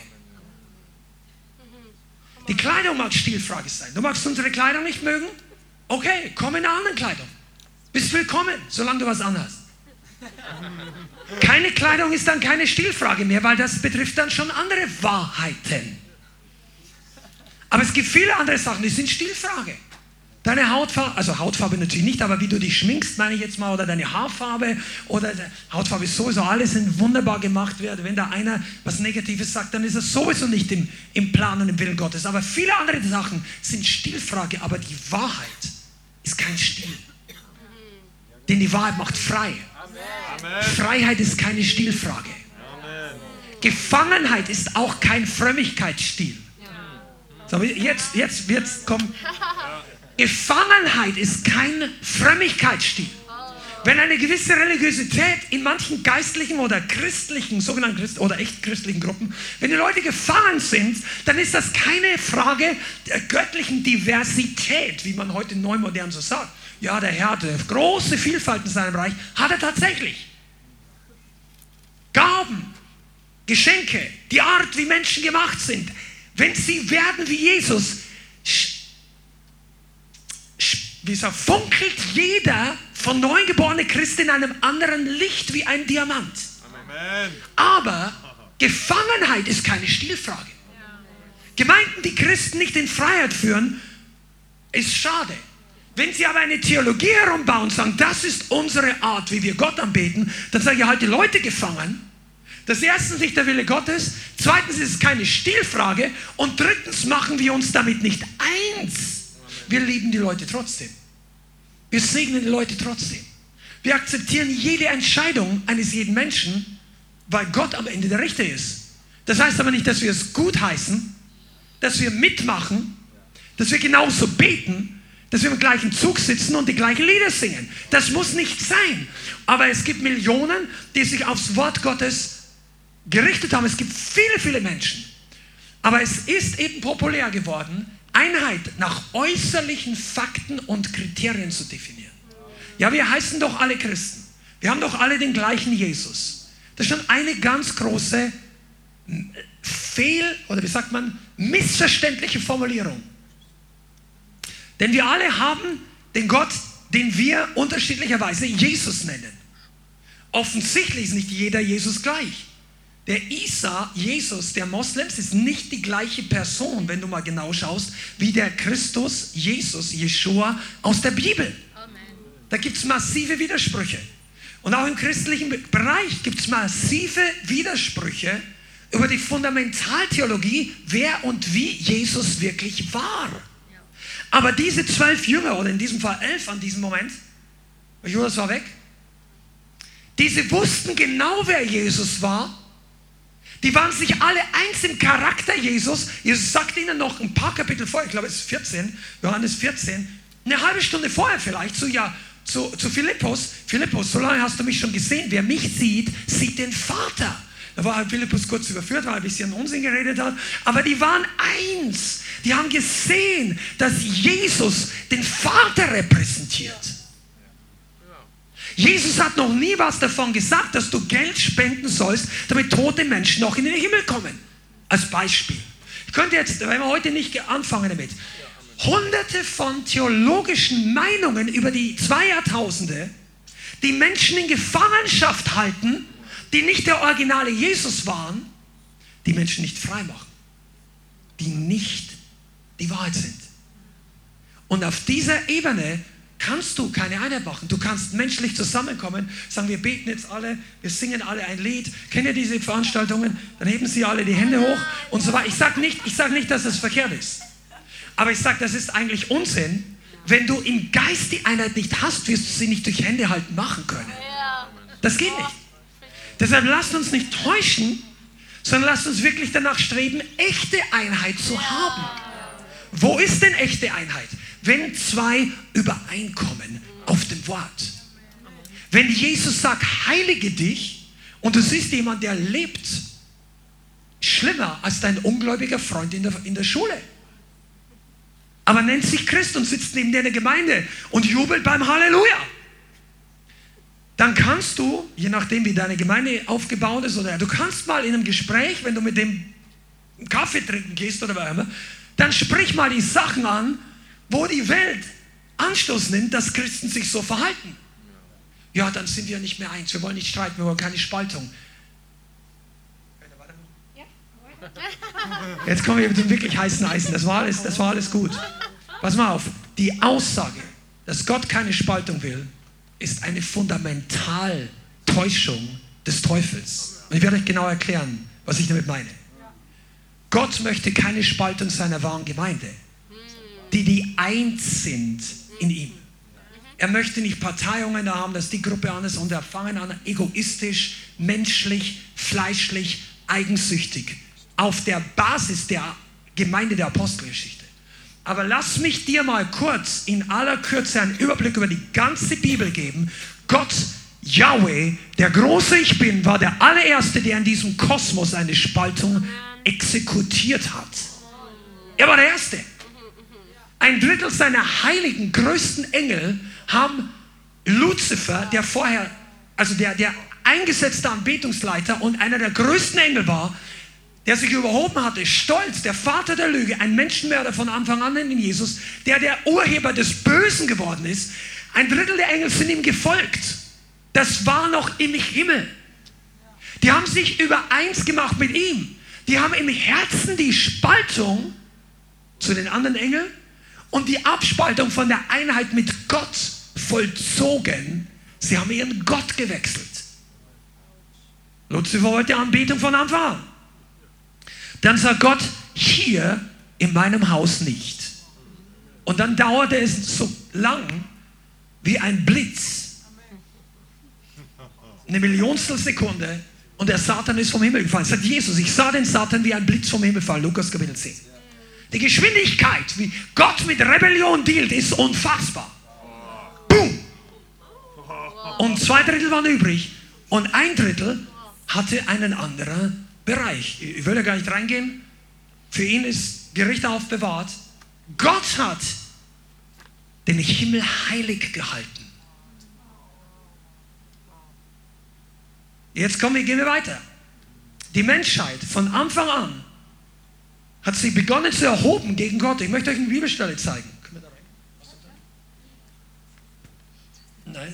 Die Kleidung mag Stilfrage sein. Du magst unsere Kleidung nicht mögen? Okay, komm in einer anderen Kleidung. Bist willkommen, solange du was anhast. Keine Kleidung ist dann keine Stilfrage mehr, weil das betrifft dann schon andere Wahrheiten. Aber es gibt viele andere Sachen, die sind Stilfrage. Deine Hautfarbe, also Hautfarbe natürlich nicht, aber wie du dich schminkst, meine ich jetzt mal, oder deine Haarfarbe, oder Hautfarbe ist sowieso, alles sind wunderbar gemacht werden. Wenn da einer was Negatives sagt, dann ist es sowieso nicht im, im Plan und im Willen Gottes. Aber viele andere Sachen sind Stilfrage, aber die Wahrheit ist kein Stil. Denn die Wahrheit macht frei. Amen. Freiheit ist keine Stilfrage. Amen. Gefangenheit ist auch kein Frömmigkeitsstil. So, jetzt, jetzt wird's kommen. Gefangenheit ist kein Frömmigkeitsstil. Wenn eine gewisse Religiosität in manchen geistlichen oder christlichen, sogenannten Christ oder echt christlichen Gruppen, wenn die Leute gefangen sind, dann ist das keine Frage der göttlichen Diversität, wie man heute neumodern so sagt. Ja, der Herr hat große Vielfalt in seinem Reich, hat er tatsächlich. Gaben, Geschenke, die Art, wie Menschen gemacht sind, wenn sie werden wie Jesus, wie gesagt, funkelt jeder von neugeborene Christ in einem anderen Licht wie ein Diamant. Amen. Aber Gefangenheit ist keine Stilfrage. Gemeinden, die Christen nicht in Freiheit führen, ist schade. Wenn sie aber eine Theologie herumbauen und sagen, das ist unsere Art, wie wir Gott anbeten, dann sage ich, halt die Leute gefangen. Das erstens nicht der Wille Gottes, zweitens ist es keine Stilfrage und drittens machen wir uns damit nicht eins. Wir lieben die Leute trotzdem. Wir segnen die Leute trotzdem. Wir akzeptieren jede Entscheidung eines jeden Menschen, weil Gott am Ende der Richter ist. Das heißt aber nicht, dass wir es gutheißen, dass wir mitmachen, dass wir genauso beten, dass wir im gleichen Zug sitzen und die gleichen Lieder singen. Das muss nicht sein. Aber es gibt Millionen, die sich aufs Wort Gottes gerichtet haben. Es gibt viele, viele Menschen. Aber es ist eben populär geworden, Einheit nach äußerlichen Fakten und Kriterien zu definieren. Ja, wir heißen doch alle Christen. Wir haben doch alle den gleichen Jesus. Das ist schon eine ganz große Fehl- oder wie sagt man, missverständliche Formulierung. Denn wir alle haben den Gott, den wir unterschiedlicherweise Jesus nennen. Offensichtlich ist nicht jeder Jesus gleich. Der Isa, Jesus, der Moslems, ist nicht die gleiche Person, wenn du mal genau schaust, wie der Christus, Jesus, Jeschua aus der Bibel. Amen. Da gibt es massive Widersprüche. Und auch im christlichen Bereich gibt es massive Widersprüche über die Fundamentaltheologie, wer und wie Jesus wirklich war. Ja. Aber diese zwölf Jünger, oder in diesem Fall elf an diesem Moment, Judas war weg, diese wussten genau, wer Jesus war. Die waren sich alle eins im Charakter Jesus. Jesus sagt ihnen noch ein paar Kapitel vorher, ich glaube es ist vierzehn, Johannes vierzehn, eine halbe Stunde vorher vielleicht, zu, ja, zu, zu Philippus. Philippus, so lange hast du mich schon gesehen. Wer mich sieht, sieht den Vater. Da war halt Philippus kurz überführt, weil er ein bisschen Unsinn geredet hat. Aber die waren eins. Die haben gesehen, dass Jesus den Vater repräsentiert. Jesus hat noch nie was davon gesagt, dass du Geld spenden sollst, damit tote Menschen noch in den Himmel kommen. Als Beispiel. Ich könnte jetzt, wenn wir heute nicht anfangen damit, hunderte von theologischen Meinungen über die zwei Jahrtausende, die Menschen in Gefangenschaft halten, die nicht der originale Jesus waren, die Menschen nicht frei machen, die nicht die Wahrheit sind. Und auf dieser Ebene kannst du keine Einheit machen. Du kannst menschlich zusammenkommen, sagen, wir beten jetzt alle, wir singen alle ein Lied. Kennt ihr diese Veranstaltungen? Dann heben sie alle die Hände hoch und so weiter. Ich sage nicht, ich sag nicht, dass das verkehrt ist. Aber ich sage, das ist eigentlich Unsinn. Wenn du im Geist die Einheit nicht hast, wirst du sie nicht durch Hände halten machen können. Das geht nicht. Deshalb lasst uns nicht täuschen, sondern lasst uns wirklich danach streben, echte Einheit zu haben. Wo ist denn echte Einheit? Wenn zwei übereinkommen auf dem Wort. Wenn Jesus sagt, heilige dich, und du siehst jemanden, der lebt schlimmer als dein ungläubiger Freund in der, in der Schule. Aber nennt sich Christ und sitzt neben dir in der Gemeinde und jubelt beim Halleluja. Dann kannst du, je nachdem wie deine Gemeinde aufgebaut ist, oder du kannst mal in einem Gespräch, wenn du mit dem Kaffee trinken gehst oder was immer, dann sprich mal die Sachen an, wo die Welt Anstoß nimmt, dass Christen sich so verhalten. Ja, dann sind wir nicht mehr eins. Wir wollen nicht streiten, wir wollen keine Spaltung. Jetzt kommen wir mit dem wirklich heißen Eisen. Das war alles, das war alles gut. Pass mal auf. Die Aussage, dass Gott keine Spaltung will, ist eine Fundamentaltäuschung des Teufels. Und ich werde euch genau erklären, was ich damit meine. Gott möchte keine Spaltung seiner wahren Gemeinde, die die eins sind in ihm. Er möchte nicht Parteiungen da haben, dass die Gruppe anders und er fangen an, egoistisch, menschlich, fleischlich, eigensüchtig. Auf der Basis der Gemeinde der Apostelgeschichte. Aber lass mich dir mal kurz in aller Kürze einen Überblick über die ganze Bibel geben. Gott, Yahweh, der große Ich Bin, war der allererste, der in diesem Kosmos eine Spaltung exekutiert hat. Er war der Erste. Ein Drittel seiner heiligen, größten Engel haben Luzifer, der vorher, also der, der eingesetzte Anbetungsleiter und einer der größten Engel war, der sich überhoben hatte, stolz, der Vater der Lüge, ein Menschenmörder von Anfang an in Jesus, der der Urheber des Bösen geworden ist. Ein Drittel der Engel sind ihm gefolgt. Das war noch im Himmel. Die haben sich übereins gemacht mit ihm. Die haben im Herzen die Spaltung zu den anderen Engeln und die Abspaltung von der Einheit mit Gott vollzogen. Sie haben ihren Gott gewechselt. Luzifer wollte Anbetung von Anfang an. Dann sagt Gott, hier in meinem Haus nicht. Und dann dauerte es so lang wie ein Blitz. Eine Millionstel Sekunde und der Satan ist vom Himmel gefallen. Sagt Jesus, ich sah den Satan wie ein Blitz vom Himmel fallen. Lukas Kapitel zehn. Die Geschwindigkeit, wie Gott mit Rebellion dealt, ist unfassbar. Boom! Und zwei Drittel waren übrig und ein Drittel hatte einen anderen Bereich. Ich will da gar nicht reingehen. Für ihn ist Gericht aufbewahrt. Gott hat den Himmel heilig gehalten. Jetzt kommen wir, gehen wir weiter. Die Menschheit von Anfang an hat sich begonnen zu erhoben gegen Gott. Ich möchte euch eine Bibelstelle zeigen. Können wir da rein? Nein.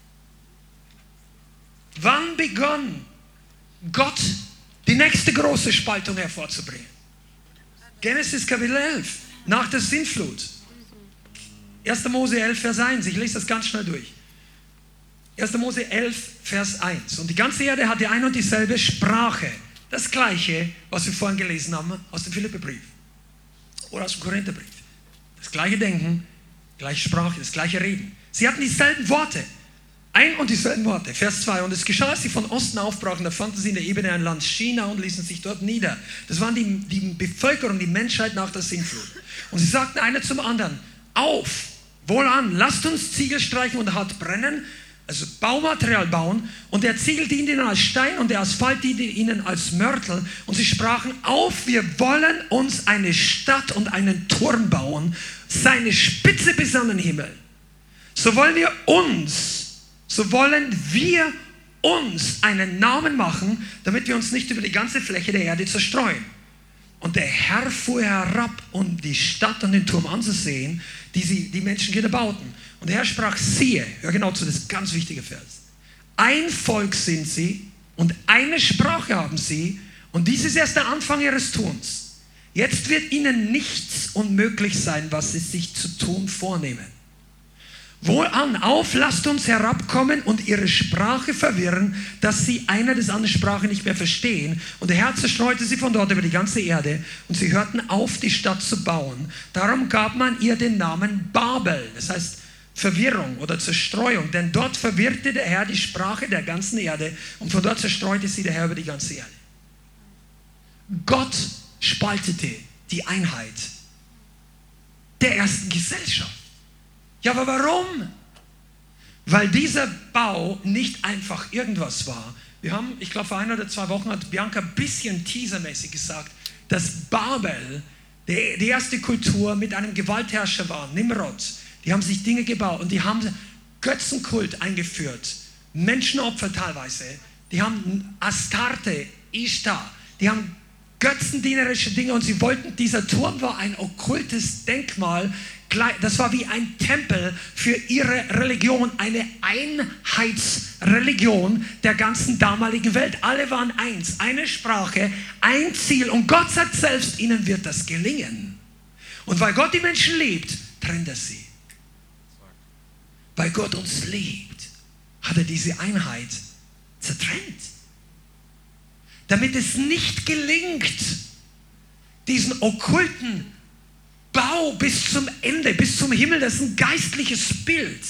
Wann begann Gott die nächste große Spaltung hervorzubringen? Genesis Kapitel elf, nach der Sintflut. erster Mose elf, Vers eins. Ich lese das ganz schnell durch. erster Mose elf, Vers eins. Und die ganze Erde hatte ein und dieselbe Sprache. Das Gleiche, was wir vorhin gelesen haben aus dem Philipperbrief oder aus dem Korintherbrief. Das gleiche Denken, gleiche Sprache, das gleiche Reden. Sie hatten dieselben Worte. Ein und dieselben Worte. Vers zwei. Und es geschah, als sie von Osten aufbrachen, da fanden sie in der Ebene ein Land China und ließen sich dort nieder. Das waren die, die Bevölkerung, die Menschheit nach der Sintflut. Und sie sagten einer zum anderen, auf, wohlan, lasst uns Ziegel streichen und hart brennen, also Baumaterial bauen. Und der Ziegel diente ihnen als Stein und der Asphalt diente ihnen als Mörtel. Und sie sprachen, auf, wir wollen uns eine Stadt und einen Turm bauen, seine Spitze bis an den Himmel. So wollen wir uns So wollen wir uns einen Namen machen, damit wir uns nicht über die ganze Fläche der Erde zerstreuen. Und der Herr fuhr herab, um die Stadt und den Turm anzusehen, die sie, die Menschenkinder bauten. Und der Herr sprach, siehe, hör genau zu, das ist ein ganz wichtiger Vers. Ein Volk sind sie und eine Sprache haben sie. Und dies ist erst der Anfang ihres Tuns. Jetzt wird ihnen nichts unmöglich sein, was sie sich zu tun vornehmen. Wohlan, auf, lasst uns herabkommen und ihre Sprache verwirren, dass sie einer des anderen Sprache nicht mehr verstehen. Und der Herr zerstreute sie von dort über die ganze Erde und sie hörten auf, die Stadt zu bauen. Darum gab man ihr den Namen Babel, das heißt Verwirrung oder Zerstreuung, denn dort verwirrte der Herr die Sprache der ganzen Erde und von dort zerstreute sie der Herr über die ganze Erde. Gott spaltete die Einheit der ersten Gesellschaft. Ja, aber warum? Weil dieser Bau nicht einfach irgendwas war. Wir haben, ich glaube, vor ein oder zwei Wochen hat Bianca ein bisschen teasermäßig gesagt, dass Babel die, die erste Kultur mit einem Gewaltherrscher war, Nimrod. Die haben sich Dinge gebaut und die haben Götzenkult eingeführt, Menschenopfer teilweise. Die haben Astarte, Ishtar, die haben götzendienerische Dinge und sie wollten, dieser Turm war ein okkultes Denkmal, das war wie ein Tempel für ihre Religion, eine Einheitsreligion der ganzen damaligen Welt. Alle waren eins, eine Sprache, ein Ziel und Gott sagt selbst, ihnen wird das gelingen. Und weil Gott die Menschen liebt, trennt er sie. Weil Gott uns liebt, hat er diese Einheit zertrennt. Damit es nicht gelingt, diesen okkulten Bau bis zum Ende, bis zum Himmel, das ist ein geistliches Bild.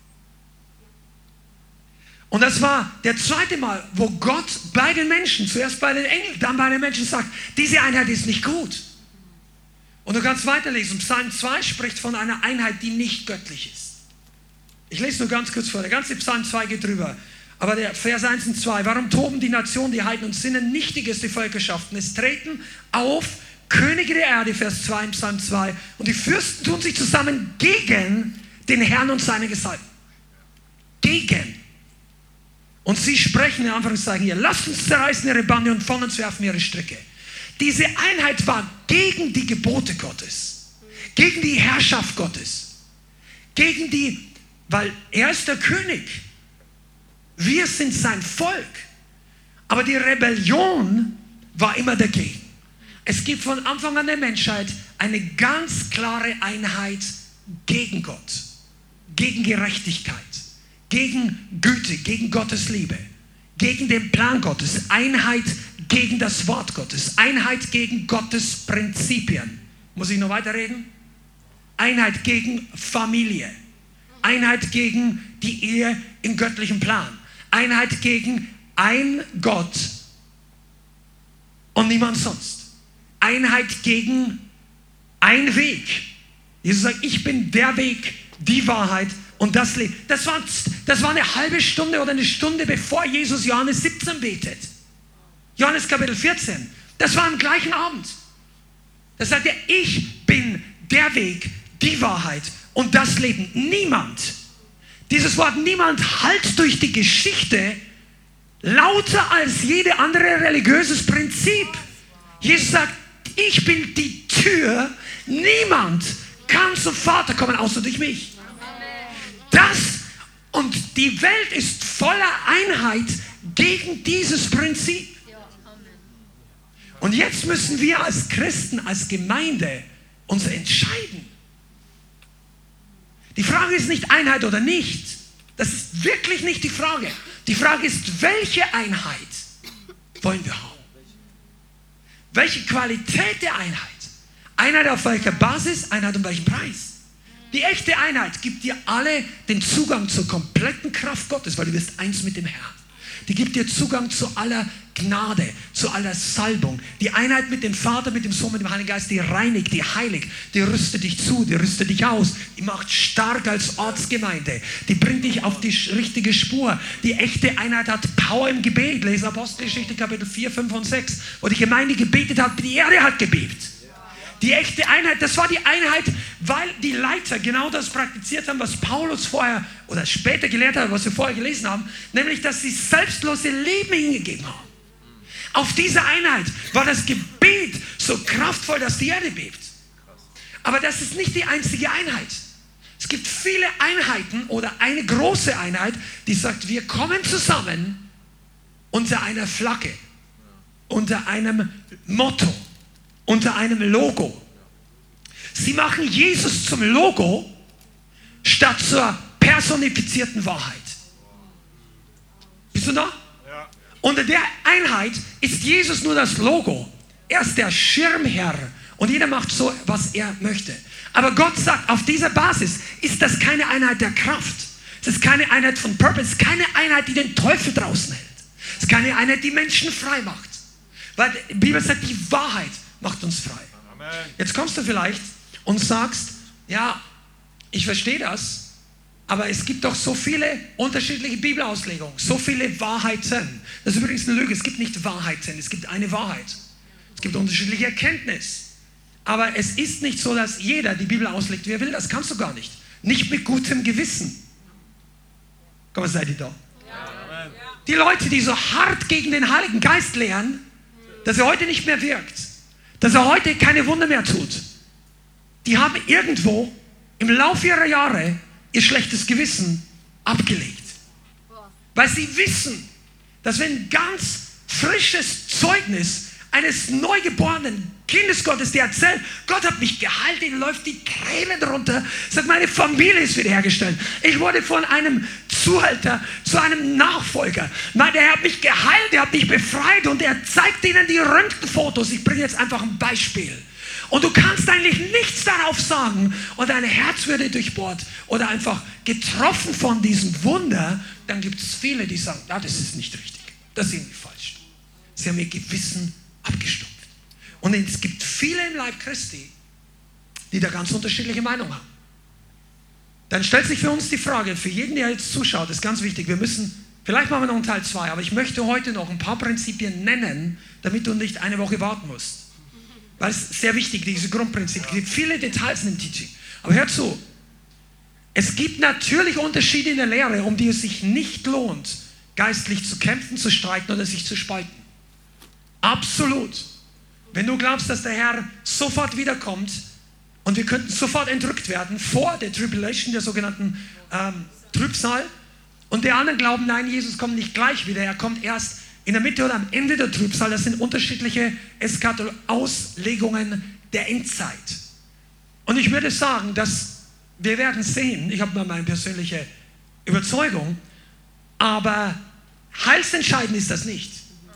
Und das war der zweite Mal, wo Gott bei den Menschen, zuerst bei den Engeln, dann bei den Menschen sagt, diese Einheit ist nicht gut. Und du kannst weiterlesen, Psalm zwei spricht von einer Einheit, die nicht göttlich ist. Ich lese nur ganz kurz vor, der ganze Psalm zwei geht drüber. Aber der Vers eins und zwei, warum toben die Nationen, die Heiden und sinnen Nichtiges, die Völkerschaften? Es treten auf Könige der Erde, Vers zwei im Psalm zwei, und die Fürsten tun sich zusammen gegen den Herrn und seine Gesalbten. Gegen. Und sie sprechen in Anführungszeichen hier, lasst uns zerreißen ihre Bande und von uns werfen ihre Stricke. Diese Einheit war gegen die Gebote Gottes, gegen die Herrschaft Gottes, gegen die, weil er ist der König. Wir sind sein Volk. Aber die Rebellion war immer dagegen. Es gibt von Anfang an der Menschheit eine ganz klare Einheit gegen Gott, gegen Gerechtigkeit, gegen Güte, gegen Gottes Liebe, gegen den Plan Gottes, Einheit gegen das Wort Gottes, Einheit gegen Gottes Prinzipien. Muss ich noch weiterreden? Einheit gegen Familie, Einheit gegen die Ehe im göttlichen Plan, Einheit gegen ein Gott und niemand sonst. Einheit gegen ein Weg. Jesus sagt, ich bin der Weg, die Wahrheit und das Leben. Das war, das war eine halbe Stunde oder eine Stunde, bevor Jesus Johannes siebzehn betet. Johannes Kapitel vierzehn. Das war am gleichen Abend. Da sagt er, ich bin der Weg, die Wahrheit und das Leben. Niemand, dieses Wort niemand hallt durch die Geschichte lauter als jede andere religiöses Prinzip. Jesus sagt, ich bin die Tür, niemand kann zum Vater kommen, außer durch mich. Das und die Welt ist voller Einheit gegen dieses Prinzip. Und jetzt müssen wir als Christen, als Gemeinde uns entscheiden. Die Frage ist nicht Einheit oder nicht. Das ist wirklich nicht die Frage. Die Frage ist, welche Einheit wollen wir haben? Welche Qualität der Einheit? Einheit auf welcher Basis? Einheit um welchen Preis? Die echte Einheit gibt dir alle den Zugang zur kompletten Kraft Gottes, weil du wirst eins mit dem Herrn. Die gibt dir Zugang zu aller Gnade, zu aller Salbung. Die Einheit mit dem Vater, mit dem Sohn, mit dem Heiligen Geist, die reinigt, die heiligt, die rüstet dich zu, die rüstet dich aus, die macht stark als Ortsgemeinde, die bringt dich auf die richtige Spur. Die echte Einheit hat Power im Gebet. Lese Apostelgeschichte Kapitel vier, fünf und sechs, wo die Gemeinde gebetet hat, die Erde hat gebebt. Die echte Einheit, das war die Einheit, weil die Leiter genau das praktiziert haben, was Paulus vorher oder später gelehrt hat, was wir vorher gelesen haben, nämlich, dass sie selbstlose Leben hingegeben haben. Auf diese Einheit war das Gebet so kraftvoll, dass die Erde bebt. Aber das ist nicht die einzige Einheit. Es gibt viele Einheiten oder eine große Einheit, die sagt, wir kommen zusammen unter einer Flagge, unter einem Motto, unter einem Logo. Sie machen Jesus zum Logo statt zur personifizierten Wahrheit. Bist du da? Ja. Unter der Einheit ist Jesus nur das Logo. Er ist der Schirmherr und jeder macht so, was er möchte. Aber Gott sagt, auf dieser Basis ist das keine Einheit der Kraft. Es ist keine Einheit von Purpose. Es ist keine Einheit, die den Teufel draußen hält. Es ist keine Einheit, die Menschen frei macht. Weil die Bibel sagt, die Wahrheit macht uns frei. Amen. Jetzt kommst du vielleicht und sagst, ja, ich verstehe das, aber es gibt doch so viele unterschiedliche Bibelauslegungen, so viele Wahrheiten. Das ist übrigens eine Lüge, es gibt nicht Wahrheiten, es gibt eine Wahrheit. Es gibt unterschiedliche Erkenntnis. Aber es ist nicht so, dass jeder die Bibel auslegt, wie er will. Das kannst du gar nicht. Nicht mit gutem Gewissen. Komm, was seid ihr da? Ja. Die Leute, die so hart gegen den Heiligen Geist lehren, dass er heute nicht mehr wirkt, dass er heute keine Wunder mehr tut, die haben irgendwo im Laufe ihrer Jahre ihr schlechtes Gewissen abgelegt. Weil sie wissen, dass wenn ein ganz frisches Zeugnis eines neugeborenen Kindes Gottes, der erzählt, Gott hat mich geheilt, ihm läuft die Tränen runter, sagt, meine Familie ist wiederhergestellt. Ich wurde von einem Zuhälter zu einem Nachfolger. Der Herr hat mich geheilt, er hat mich befreit und er zeigt ihnen die Röntgenfotos. Ich bringe jetzt einfach ein Beispiel. Und du kannst eigentlich nichts darauf sagen und dein Herz würde durchbohrt oder einfach getroffen von diesem Wunder, dann gibt es viele, die sagen, ah, das ist nicht richtig, das ist irgendwie falsch. Sie haben ihr Gewissen abgestumpft. Und es gibt viele im Leib Christi, die da ganz unterschiedliche Meinungen haben. Dann stellt sich für uns die Frage, für jeden, der jetzt zuschaut, ist ganz wichtig, wir müssen, vielleicht machen wir noch einen Teil zwei, aber ich möchte heute noch ein paar Prinzipien nennen, damit du nicht eine Woche warten musst. Weil es ist sehr wichtig, diese Grundprinzipien. Es gibt viele Details in dem Teaching. Aber hör zu, es gibt natürlich Unterschiede in der Lehre, um die es sich nicht lohnt, geistlich zu kämpfen, zu streiten oder sich zu spalten. Absolut. Wenn du glaubst, dass der Herr sofort wiederkommt und wir könnten sofort entrückt werden vor der Tribulation, der sogenannten ähm, Trübsal, und der anderen glauben, nein, Jesus kommt nicht gleich wieder, er kommt erst in der Mitte oder am Ende der Trübsal. Das sind unterschiedliche Auslegungen der Endzeit. Und ich würde sagen, dass wir werden sehen, ich habe mal meine persönliche Überzeugung, aber heilsentscheidend ist das nicht.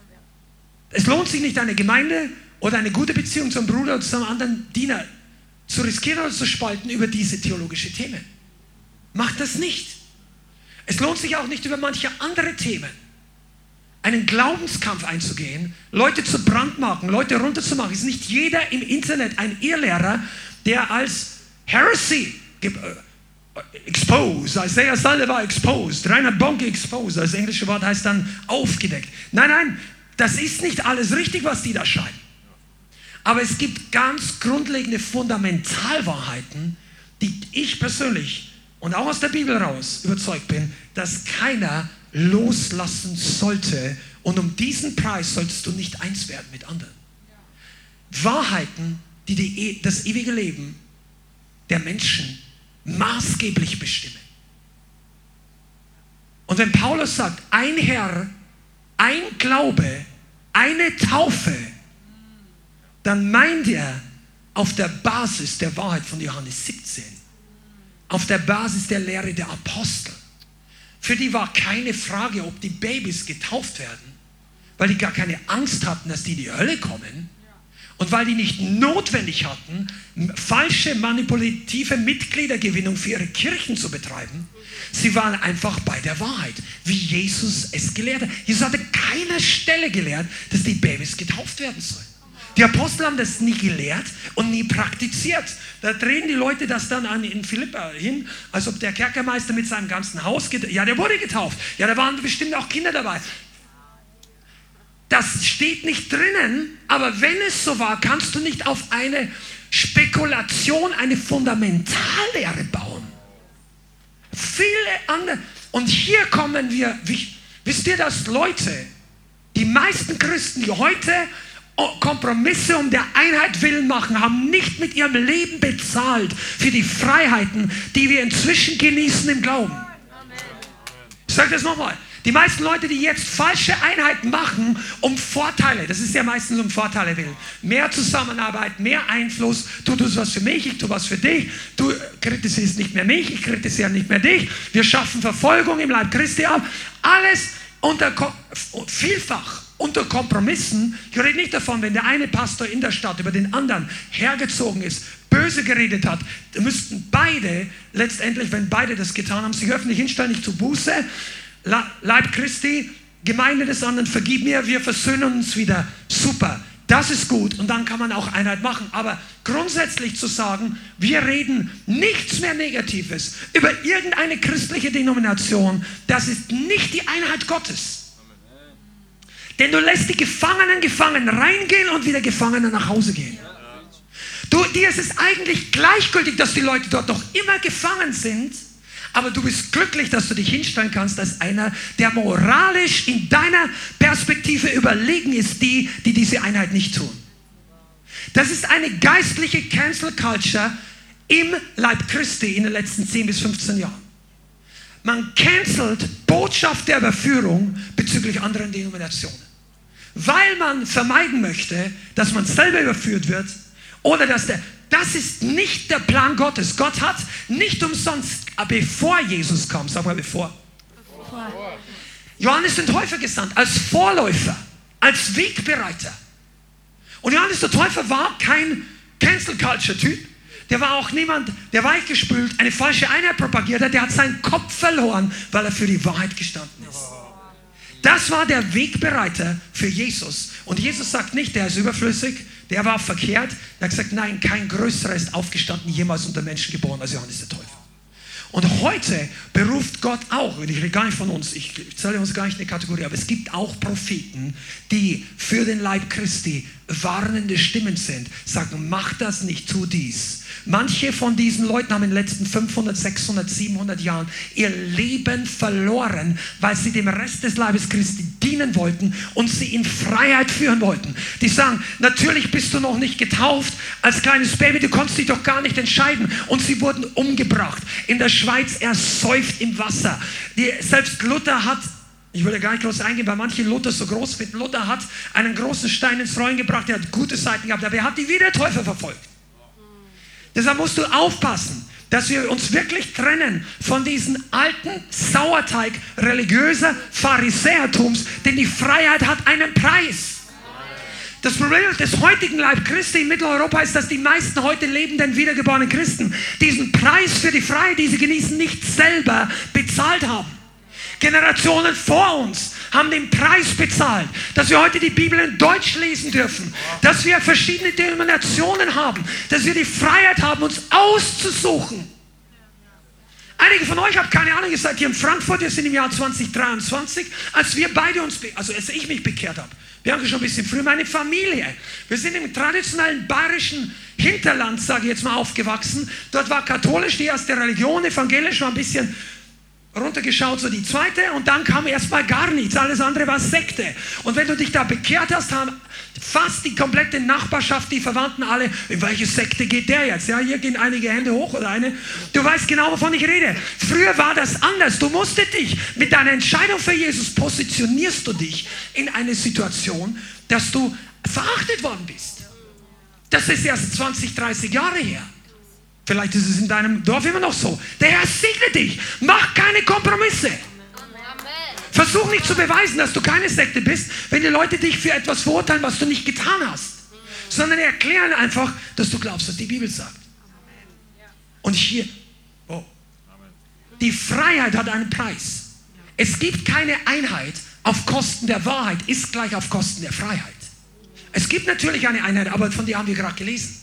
Es lohnt sich nicht, eine Gemeinde oder eine gute Beziehung zum Bruder oder zum anderen Diener zu riskieren oder zu spalten über diese theologische Themen. Macht das nicht. Es lohnt sich auch nicht, über manche andere Themen einen Glaubenskampf einzugehen, Leute zu brandmarken, Leute runterzumachen. Es ist nicht jeder im Internet ein Irrlehrer, der als Heresy äh, exposed, Isaiah Salde war exposed, Reinhard Bonke exposed, das englische Wort heißt dann aufgedeckt. Nein, nein, das ist nicht alles richtig, was die da schreiben. Aber es gibt ganz grundlegende Fundamentalwahrheiten, die ich persönlich und auch aus der Bibel raus überzeugt bin, dass keiner loslassen sollte. Und um diesen Preis solltest du nicht eins werden mit anderen. Ja. Wahrheiten, die, die das ewige Leben der Menschen maßgeblich bestimmen. Und wenn Paulus sagt, ein Herr, ein Glaube, eine Taufe, dann meint er auf der Basis der Wahrheit von Johannes siebzehn, auf der Basis der Lehre der Apostel. Für die war keine Frage, ob die Babys getauft werden, weil die gar keine Angst hatten, dass die in die Hölle kommen und weil die nicht notwendig hatten, falsche manipulative Mitgliedergewinnung für ihre Kirchen zu betreiben. Sie waren einfach bei der Wahrheit, wie Jesus es gelehrt hat. Jesus hat an keiner Stelle gelehrt, dass die Babys getauft werden sollen. Die Apostel haben das nie gelehrt und nie praktiziert. Da drehen die Leute das dann an in Philippa hin, als ob der Kerkermeister mit seinem ganzen Haus getauft. Ja, der wurde getauft. Ja, da waren bestimmt auch Kinder dabei. Das steht nicht drinnen, aber wenn es so war, kannst du nicht auf eine Spekulation, eine Fundmentallehre bauen. Viele andere. Und hier kommen wir, wisst ihr, dass Leute, die meisten Christen, die heute Kompromisse um der Einheit willen machen, haben nicht mit ihrem Leben bezahlt für die Freiheiten, die wir inzwischen genießen im Glauben. Ich sage das nochmal. Die meisten Leute, die jetzt falsche Einheiten machen, um Vorteile, das ist ja meistens um Vorteile willen, mehr Zusammenarbeit, mehr Einfluss, du tust was für mich, ich tue was für dich, du kritisierst nicht mehr mich, ich kritisiere nicht mehr dich, wir schaffen Verfolgung im Leib Christi ab, alles unter, vielfach unter Kompromissen. Ich rede nicht davon, wenn der eine Pastor in der Stadt über den anderen hergezogen ist, böse geredet hat, müssten beide letztendlich, wenn beide das getan haben, sich öffentlich hinstellen, nicht zu Buße, Leib Christi, Gemeinde des anderen, vergib mir, wir versöhnen uns wieder. Super, das ist gut und dann kann man auch Einheit machen. Aber grundsätzlich zu sagen, wir reden nichts mehr Negatives über irgendeine christliche Denomination, das ist nicht die Einheit Gottes. Denn du lässt die Gefangenen gefangen reingehen und wieder Gefangene nach Hause gehen. Du, dir ist es eigentlich gleichgültig, dass die Leute dort noch immer gefangen sind, aber du bist glücklich, dass du dich hinstellen kannst als einer, der moralisch in deiner Perspektive überlegen ist, die, die diese Einheit nicht tun. Das ist eine geistliche Cancel Culture im Leib Christi in den letzten zehn bis fünfzehn Jahren. Man cancelt Botschaft der Überführung bezüglich anderen Denominationen, weil man vermeiden möchte, dass man selber überführt wird oder dass der... Das ist nicht der Plan Gottes. Gott hat nicht umsonst, bevor Jesus kam, sag mal bevor, bevor. Johannes den Täufer gesandt, als Vorläufer, als Wegbereiter. Und Johannes der Täufer war kein Cancel-Culture-Typ. Der war auch niemand, der weichgespült, eine falsche Einheit propagiert hat. Der hat seinen Kopf verloren, weil er für die Wahrheit gestanden ist. Das war der Wegbereiter für Jesus. Und Jesus sagt nicht, der ist überflüssig, der war verkehrt. Er hat gesagt, nein, kein größerer ist aufgestanden, jemals unter Menschen geboren als Johannes der Täufer. Und heute beruft Gott auch, und ich rede gar nicht von uns, ich zähle uns gar nicht in eine Kategorie, aber es gibt auch Propheten, die für den Leib Christi warnende Stimmen sind, sagen, mach das nicht, tu dies. Manche von diesen Leuten haben in den letzten fünfhundert, sechshundert, siebenhundert Jahren ihr Leben verloren, weil sie dem Rest des Leibes Christi dienen wollten und sie in Freiheit führen wollten. Die sagen, natürlich bist du noch nicht getauft als kleines Baby, du konntest dich doch gar nicht entscheiden. Und sie wurden umgebracht. In der Schweiz ersäuft im Wasser. Die, selbst Luther hat... Ich will ja gar nicht groß eingehen, weil manche Luther so groß finden. Luther hat einen großen Stein ins Rollen gebracht, der hat gute Seiten gehabt, aber er hat die Wiedertäufer verfolgt. Deshalb musst du aufpassen, dass wir uns wirklich trennen von diesem alten Sauerteig religiöser Pharisäertums, denn die Freiheit hat einen Preis. Das Problem des heutigen Leib Christi in Mitteleuropa ist, dass die meisten heute lebenden wiedergeborenen Christen diesen Preis für die Freiheit, die sie genießen, nicht selber bezahlt haben. Generationen vor uns haben den Preis bezahlt, dass wir heute die Bibel in Deutsch lesen dürfen, dass wir verschiedene Denominationen haben, dass wir die Freiheit haben, uns auszusuchen. Einige von euch, habt keine Ahnung, ihr seid hier in Frankfurt, wir sind im Jahr zwanzig dreiundzwanzig, als wir beide uns, also als ich mich bekehrt habe. Wir haben schon ein bisschen früher, meine Familie. Wir sind im traditionellen bayerischen Hinterland, sage ich jetzt mal, aufgewachsen. Dort war katholisch die erste Religion, evangelisch war ein bisschen runtergeschaut, so die zweite, und dann kam erstmal gar nichts, alles andere war Sekte. Und wenn du dich da bekehrt hast, haben fast die komplette Nachbarschaft, die Verwandten alle, in welche Sekte geht der jetzt? Ja, hier gehen einige Hände hoch oder eine. Du weißt genau, wovon ich rede. Früher war das anders. Du musstest dich mit deiner Entscheidung für Jesus, positionierst du dich in eine Situation, dass du verachtet worden bist. Das ist erst zwanzig, dreißig Jahre her. Vielleicht ist es in deinem Dorf immer noch so. Der Herr segne dich. Mach keine Kompromisse. Amen. Versuch nicht zu beweisen, dass du keine Sekte bist, wenn die Leute dich für etwas verurteilen, was du nicht getan hast. Sondern erklären einfach, dass du glaubst, was die Bibel sagt. Und hier, oh, die Freiheit hat einen Preis. Es gibt keine Einheit auf Kosten der Wahrheit, ist gleich auf Kosten der Freiheit. Es gibt natürlich eine Einheit, aber von der haben wir gerade gelesen.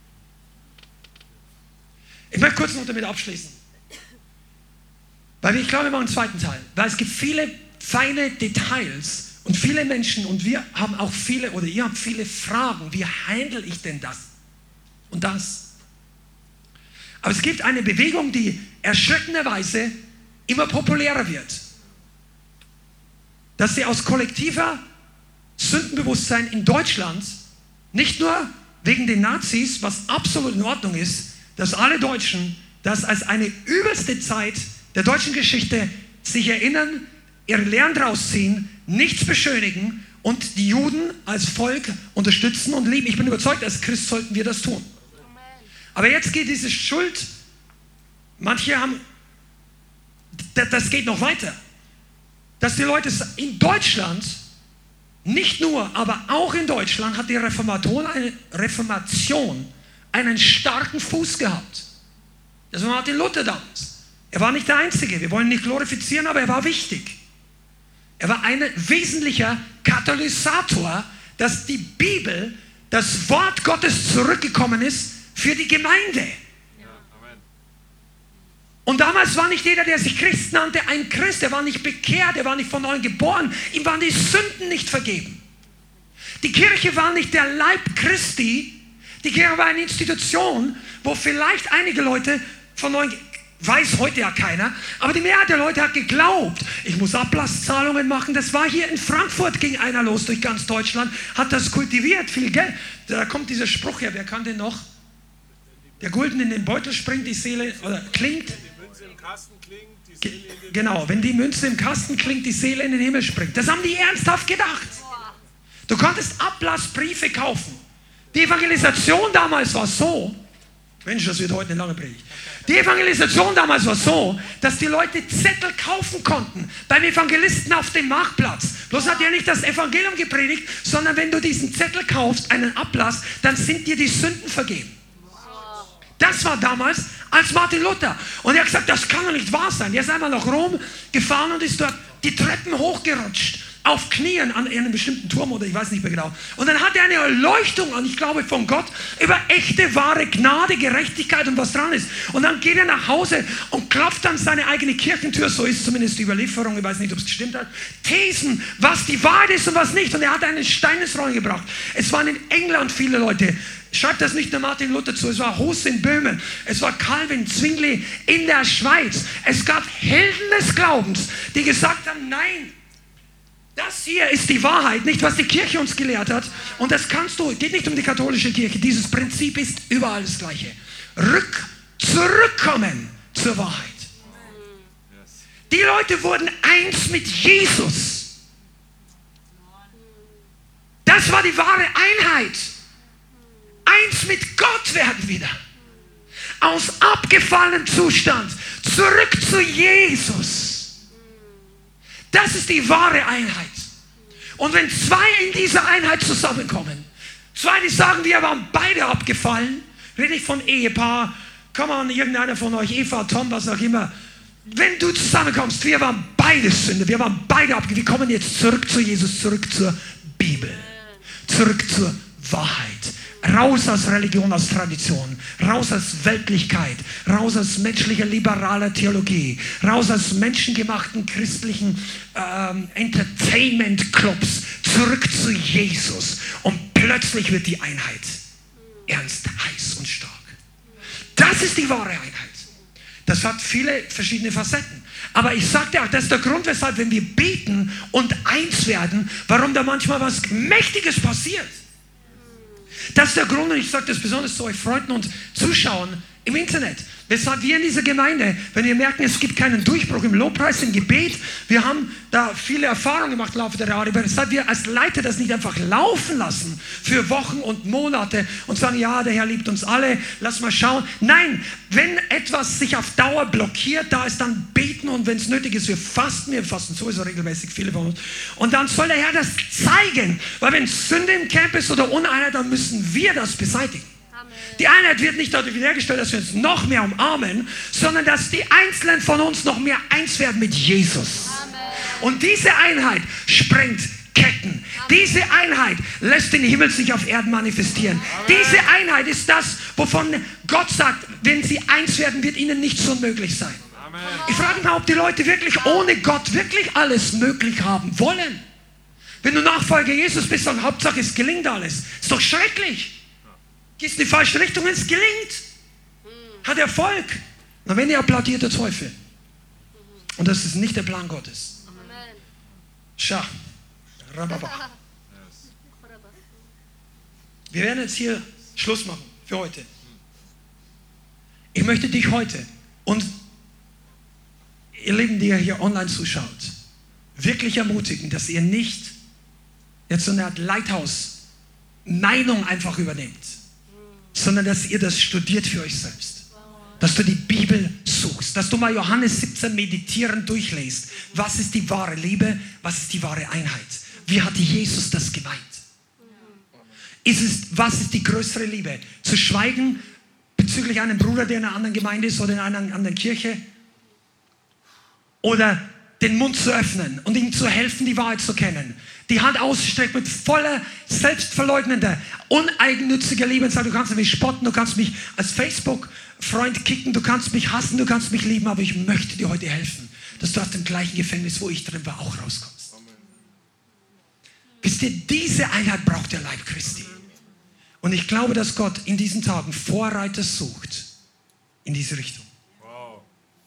Ich möchte kurz noch damit abschließen. Weil ich glaube, wir machen einen zweiten Teil. Weil es gibt viele feine Details und viele Menschen und wir haben auch viele, oder ihr habt viele Fragen. Wie handle ich denn das und das? Aber es gibt eine Bewegung, die erschreckenderweise immer populärer wird. Dass sie aus kollektiver Sündenbewusstsein in Deutschland, nicht nur wegen den Nazis, was absolut in Ordnung ist, dass alle Deutschen das als eine übelste Zeit der deutschen Geschichte sich erinnern, ihre Lehren draus ziehen, nichts beschönigen und die Juden als Volk unterstützen und lieben. Ich bin überzeugt, als Christ sollten wir das tun. Aber jetzt geht diese Schuld, manche haben, das geht noch weiter, dass die Leute in Deutschland, nicht nur, aber auch in Deutschland hat die Reformation, eine Reformation einen starken Fuß gehabt. Das war Martin Luther damals. Er war nicht der Einzige, wir wollen ihn nicht glorifizieren, aber er war wichtig. Er war ein wesentlicher Katalysator, dass die Bibel, das Wort Gottes zurückgekommen ist für die Gemeinde. Und damals war nicht jeder, der sich Christ nannte, ein Christ. Er war nicht bekehrt, er war nicht von neuem geboren. Ihm waren die Sünden nicht vergeben. Die Kirche war nicht der Leib Christi. Die Kirche war eine Institution, wo vielleicht einige Leute von neuem, weiß heute ja keiner, aber die Mehrheit der Leute hat geglaubt, ich muss Ablasszahlungen machen. Das war hier in Frankfurt, ging einer los durch ganz Deutschland, hat das kultiviert, viel Geld. Da kommt dieser Spruch her, wer kann den noch? Der Gulden in den Beutel springt, die Seele, oder klingt. Genau, wenn die Münze im Kasten klingt, die Seele in den Himmel springt. Das haben die ernsthaft gedacht. Du konntest Ablassbriefe kaufen. Die Evangelisation damals war so, Mensch, das wird heute eine lange Predigt. Die Evangelisation damals war so, dass die Leute Zettel kaufen konnten beim Evangelisten auf dem Marktplatz. Bloß hat er nicht das Evangelium gepredigt, sondern wenn du diesen Zettel kaufst, einen Ablass, dann sind dir die Sünden vergeben. Das war damals als Martin Luther. Und er hat gesagt, das kann doch nicht wahr sein. Er ist einmal nach Rom gefahren und ist dort die Treppen hochgerutscht. Auf Knien an einem bestimmten Turm oder ich weiß nicht mehr genau. Und dann hat er eine Erleuchtung an, ich glaube von Gott, über echte, wahre Gnade, Gerechtigkeit und was dran ist. Und dann geht er nach Hause und klopft an seine eigene Kirchentür, so ist zumindest die Überlieferung, ich weiß nicht, ob es gestimmt hat, Thesen, was die Wahrheit ist und was nicht. Und er hat einen Stein ins Rollen gebracht. Es waren in England viele Leute. Schreibt das nicht nur Martin Luther zu, es war Hus in Böhmen, es war Calvin Zwingli in der Schweiz. Es gab Helden des Glaubens, die gesagt haben, nein, das hier ist die Wahrheit, nicht was die Kirche uns gelehrt hat. Und das kannst du, geht nicht um die katholische Kirche, dieses Prinzip ist überall das Gleiche. Rück, zurückkommen zur Wahrheit. Die Leute wurden eins mit Jesus. Das war die wahre Einheit. Eins mit Gott werden wieder. Aus abgefallenem Zustand zurück zu Jesus. Das ist die wahre Einheit. Und wenn zwei in dieser Einheit zusammenkommen, zwei, die sagen, wir waren beide abgefallen, rede ich von Ehepaar, komm an, irgendeiner von euch, Eva, Tom, was auch immer. Wenn du zusammenkommst, wir waren beide Sünder, wir waren beide abgefallen, wir kommen jetzt zurück zu Jesus, zurück zur Bibel, zurück zur Wahrheit. Raus aus Religion, aus Tradition, raus aus Weltlichkeit, raus aus menschlicher, liberaler Theologie, raus aus menschengemachten christlichen ähm, Entertainment-Clubs, zurück zu Jesus. Und plötzlich wird die Einheit ernst, heiß und stark. Das ist die wahre Einheit. Das hat viele verschiedene Facetten. Aber ich sagte auch, das ist der Grund, weshalb, wenn wir beten und eins werden, warum da manchmal was Mächtiges passiert. Das ist der Grund, und ich sage das besonders zu euch Freunden und Zuschauern im Internet. Weshalb wir in dieser Gemeinde, wenn wir merken, es gibt keinen Durchbruch im Lobpreis, im Gebet, wir haben da viele Erfahrungen gemacht im Laufe der Jahre, weshalb wir als Leiter das nicht einfach laufen lassen für Wochen und Monate und sagen, ja, der Herr liebt uns alle, lass mal schauen. Nein, wenn etwas sich auf Dauer blockiert, da ist dann beten und wenn es nötig ist, wir fasten, wir fasten sowieso regelmäßig, viele von uns. Und dann soll der Herr das zeigen, weil wenn Sünde im Camp ist oder Uneinheit, dann müssen wir das beseitigen. Die Einheit wird nicht dadurch wiederhergestellt, dass wir uns noch mehr umarmen, sondern dass die Einzelnen von uns noch mehr eins werden mit Jesus. Amen. Und diese Einheit sprengt Ketten. Amen. Diese Einheit lässt den Himmel sich auf Erden manifestieren. Amen. Diese Einheit ist das, wovon Gott sagt, wenn sie eins werden, wird ihnen nichts unmöglich sein. Amen. Ich frage mich, ob die Leute wirklich ohne Gott wirklich alles möglich haben wollen. Wenn du Nachfolger Jesus bist, dann Hauptsache es gelingt alles. Ist doch schrecklich. Gehst in die falsche Richtung, es gelingt. Hat Erfolg. Na, wenn ihr applaudiert der Teufel. Und das ist nicht der Plan Gottes. Schau. Wir werden jetzt hier Schluss machen für heute. Ich möchte dich heute und ihr Lieben, die ihr hier online zuschaut, wirklich ermutigen, dass ihr nicht jetzt so eine Art Lighthouse-Meinung einfach übernehmt, sondern dass ihr das studiert für euch selbst. Dass du die Bibel suchst, dass du mal Johannes siebzehn meditierend durchliest. Was ist die wahre Liebe? Was ist die wahre Einheit? Wie hat Jesus das gemeint? Ist es, was ist die größere Liebe? Zu schweigen bezüglich einem Bruder, der in einer anderen Gemeinde ist oder in einer anderen Kirche? Oder den Mund zu öffnen und ihm zu helfen, die Wahrheit zu kennen? Die Hand auszustrecken mit voller, selbstverleugnender, uneigennütziger Liebe und sagen, du kannst mich spotten, du kannst mich als Facebook-Freund kicken, du kannst mich hassen, du kannst mich lieben, aber ich möchte dir heute helfen, dass du aus dem gleichen Gefängnis, wo ich drin war, auch rauskommst. Amen. Wisst ihr, diese Einheit braucht der Leib Christi. Und ich glaube, dass Gott in diesen Tagen Vorreiter sucht in diese Richtung. Wow.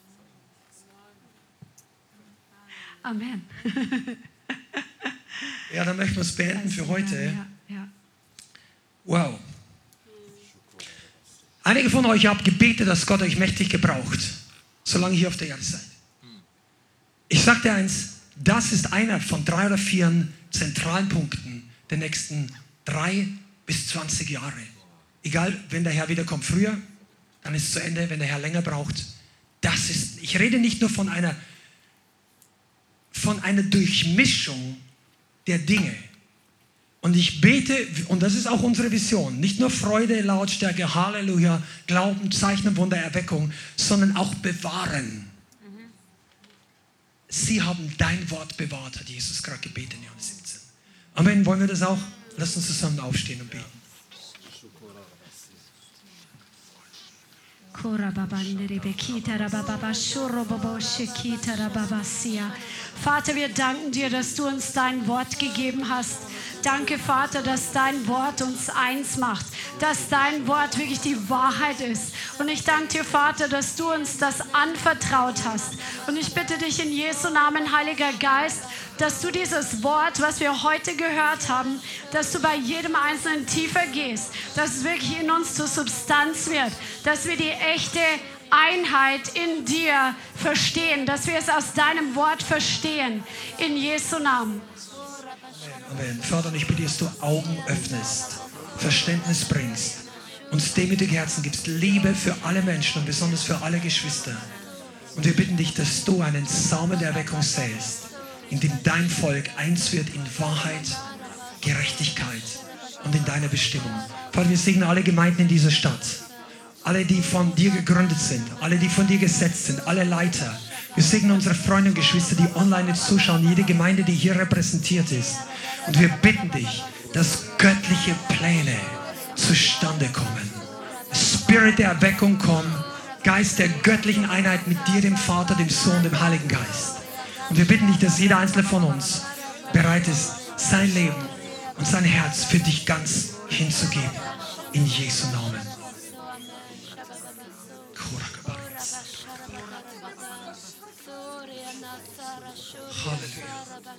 Amen. Ja, dann möchten wir es beenden für heute. Ja, ja. Wow. Einige von euch haben gebetet, dass Gott euch mächtig gebraucht, solange ihr hier auf der Erde seid. Ich sage dir eins, das ist einer von drei oder vier zentralen Punkten der nächsten drei bis zwanzig Jahre. Egal, wenn der Herr wiederkommt früher, dann ist es zu Ende, wenn der Herr länger braucht. Das ist, ich rede nicht nur von einer, von einer Durchmischung der Dinge. Und ich bete, und das ist auch unsere Vision, nicht nur Freude, Lautstärke, Halleluja, Glauben, Zeichen, Wunder, Erweckung, sondern auch bewahren. Mhm. Sie haben dein Wort bewahrt, hat Jesus gerade gebeten in Johannes siebzehn. Amen, wollen wir das auch? Lass uns zusammen aufstehen und beten. Vater, wir danken dir, dass du uns dein Wort gegeben hast. Danke, Vater, dass dein Wort uns eins macht, dass dein Wort wirklich die Wahrheit ist. Und ich danke dir, Vater, dass du uns das anvertraut hast. Und ich bitte dich in Jesu Namen, Heiliger Geist, dass du dieses Wort, was wir heute gehört haben, dass du bei jedem Einzelnen tiefer gehst, dass es wirklich in uns zur Substanz wird, dass wir die echte Einheit in dir verstehen, dass wir es aus deinem Wort verstehen, in Jesu Namen. Amen. Vater, ich bitte, dass du Augen öffnest, Verständnis bringst, uns demütige Herzen gibst, Liebe für alle Menschen und besonders für alle Geschwister. Und wir bitten dich, dass du einen Samen der Erweckung säst, in dem dein Volk eins wird in Wahrheit, Gerechtigkeit und in deiner Bestimmung. Vater, wir segnen alle Gemeinden in dieser Stadt. Alle, die von dir gegründet sind, alle, die von dir gesetzt sind, alle Leiter. Wir segnen unsere Freunde und Geschwister, die online jetzt zuschauen, jede Gemeinde, die hier repräsentiert ist. Und wir bitten dich, dass göttliche Pläne zustande kommen. Spirit der Erweckung kommen, Geist der göttlichen Einheit mit dir, dem Vater, dem Sohn, dem Heiligen Geist. Und wir bitten dich, dass jeder einzelne von uns bereit ist, sein Leben und sein Herz für dich ganz hinzugeben. In Jesu Namen. Halleluja.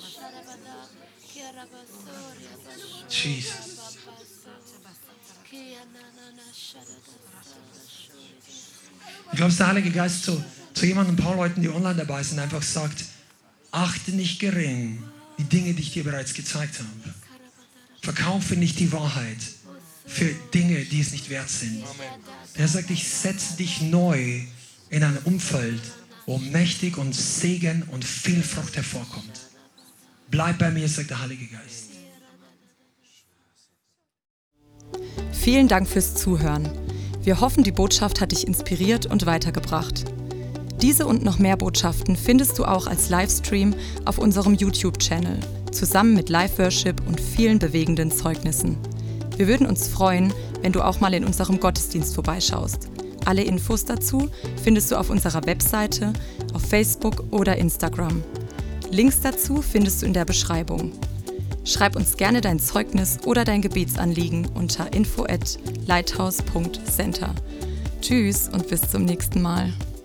Jesus. Ich glaube, dass der Heilige Geist zu, zu jemandem, ein paar Leuten, die online dabei sind, einfach sagt, achte nicht gering die Dinge, die ich dir bereits gezeigt habe. Verkaufe nicht die Wahrheit für Dinge, die es nicht wert sind. Er sagt, ich setze dich neu in ein Umfeld, wo mächtig und Segen und viel Frucht hervorkommt. Bleib bei mir, sagt der Heilige Geist. Vielen Dank fürs Zuhören. Wir hoffen, die Botschaft hat dich inspiriert und weitergebracht. Diese und noch mehr Botschaften findest du auch als Livestream auf unserem YouTube-Channel, zusammen mit Live-Worship und vielen bewegenden Zeugnissen. Wir würden uns freuen, wenn du auch mal in unserem Gottesdienst vorbeischaust. Alle Infos dazu findest du auf unserer Webseite, auf Facebook oder Instagram. Links dazu findest du in der Beschreibung. Schreib uns gerne dein Zeugnis oder dein Gebetsanliegen unter info at lighthouse punkt center. Tschüss und bis zum nächsten Mal.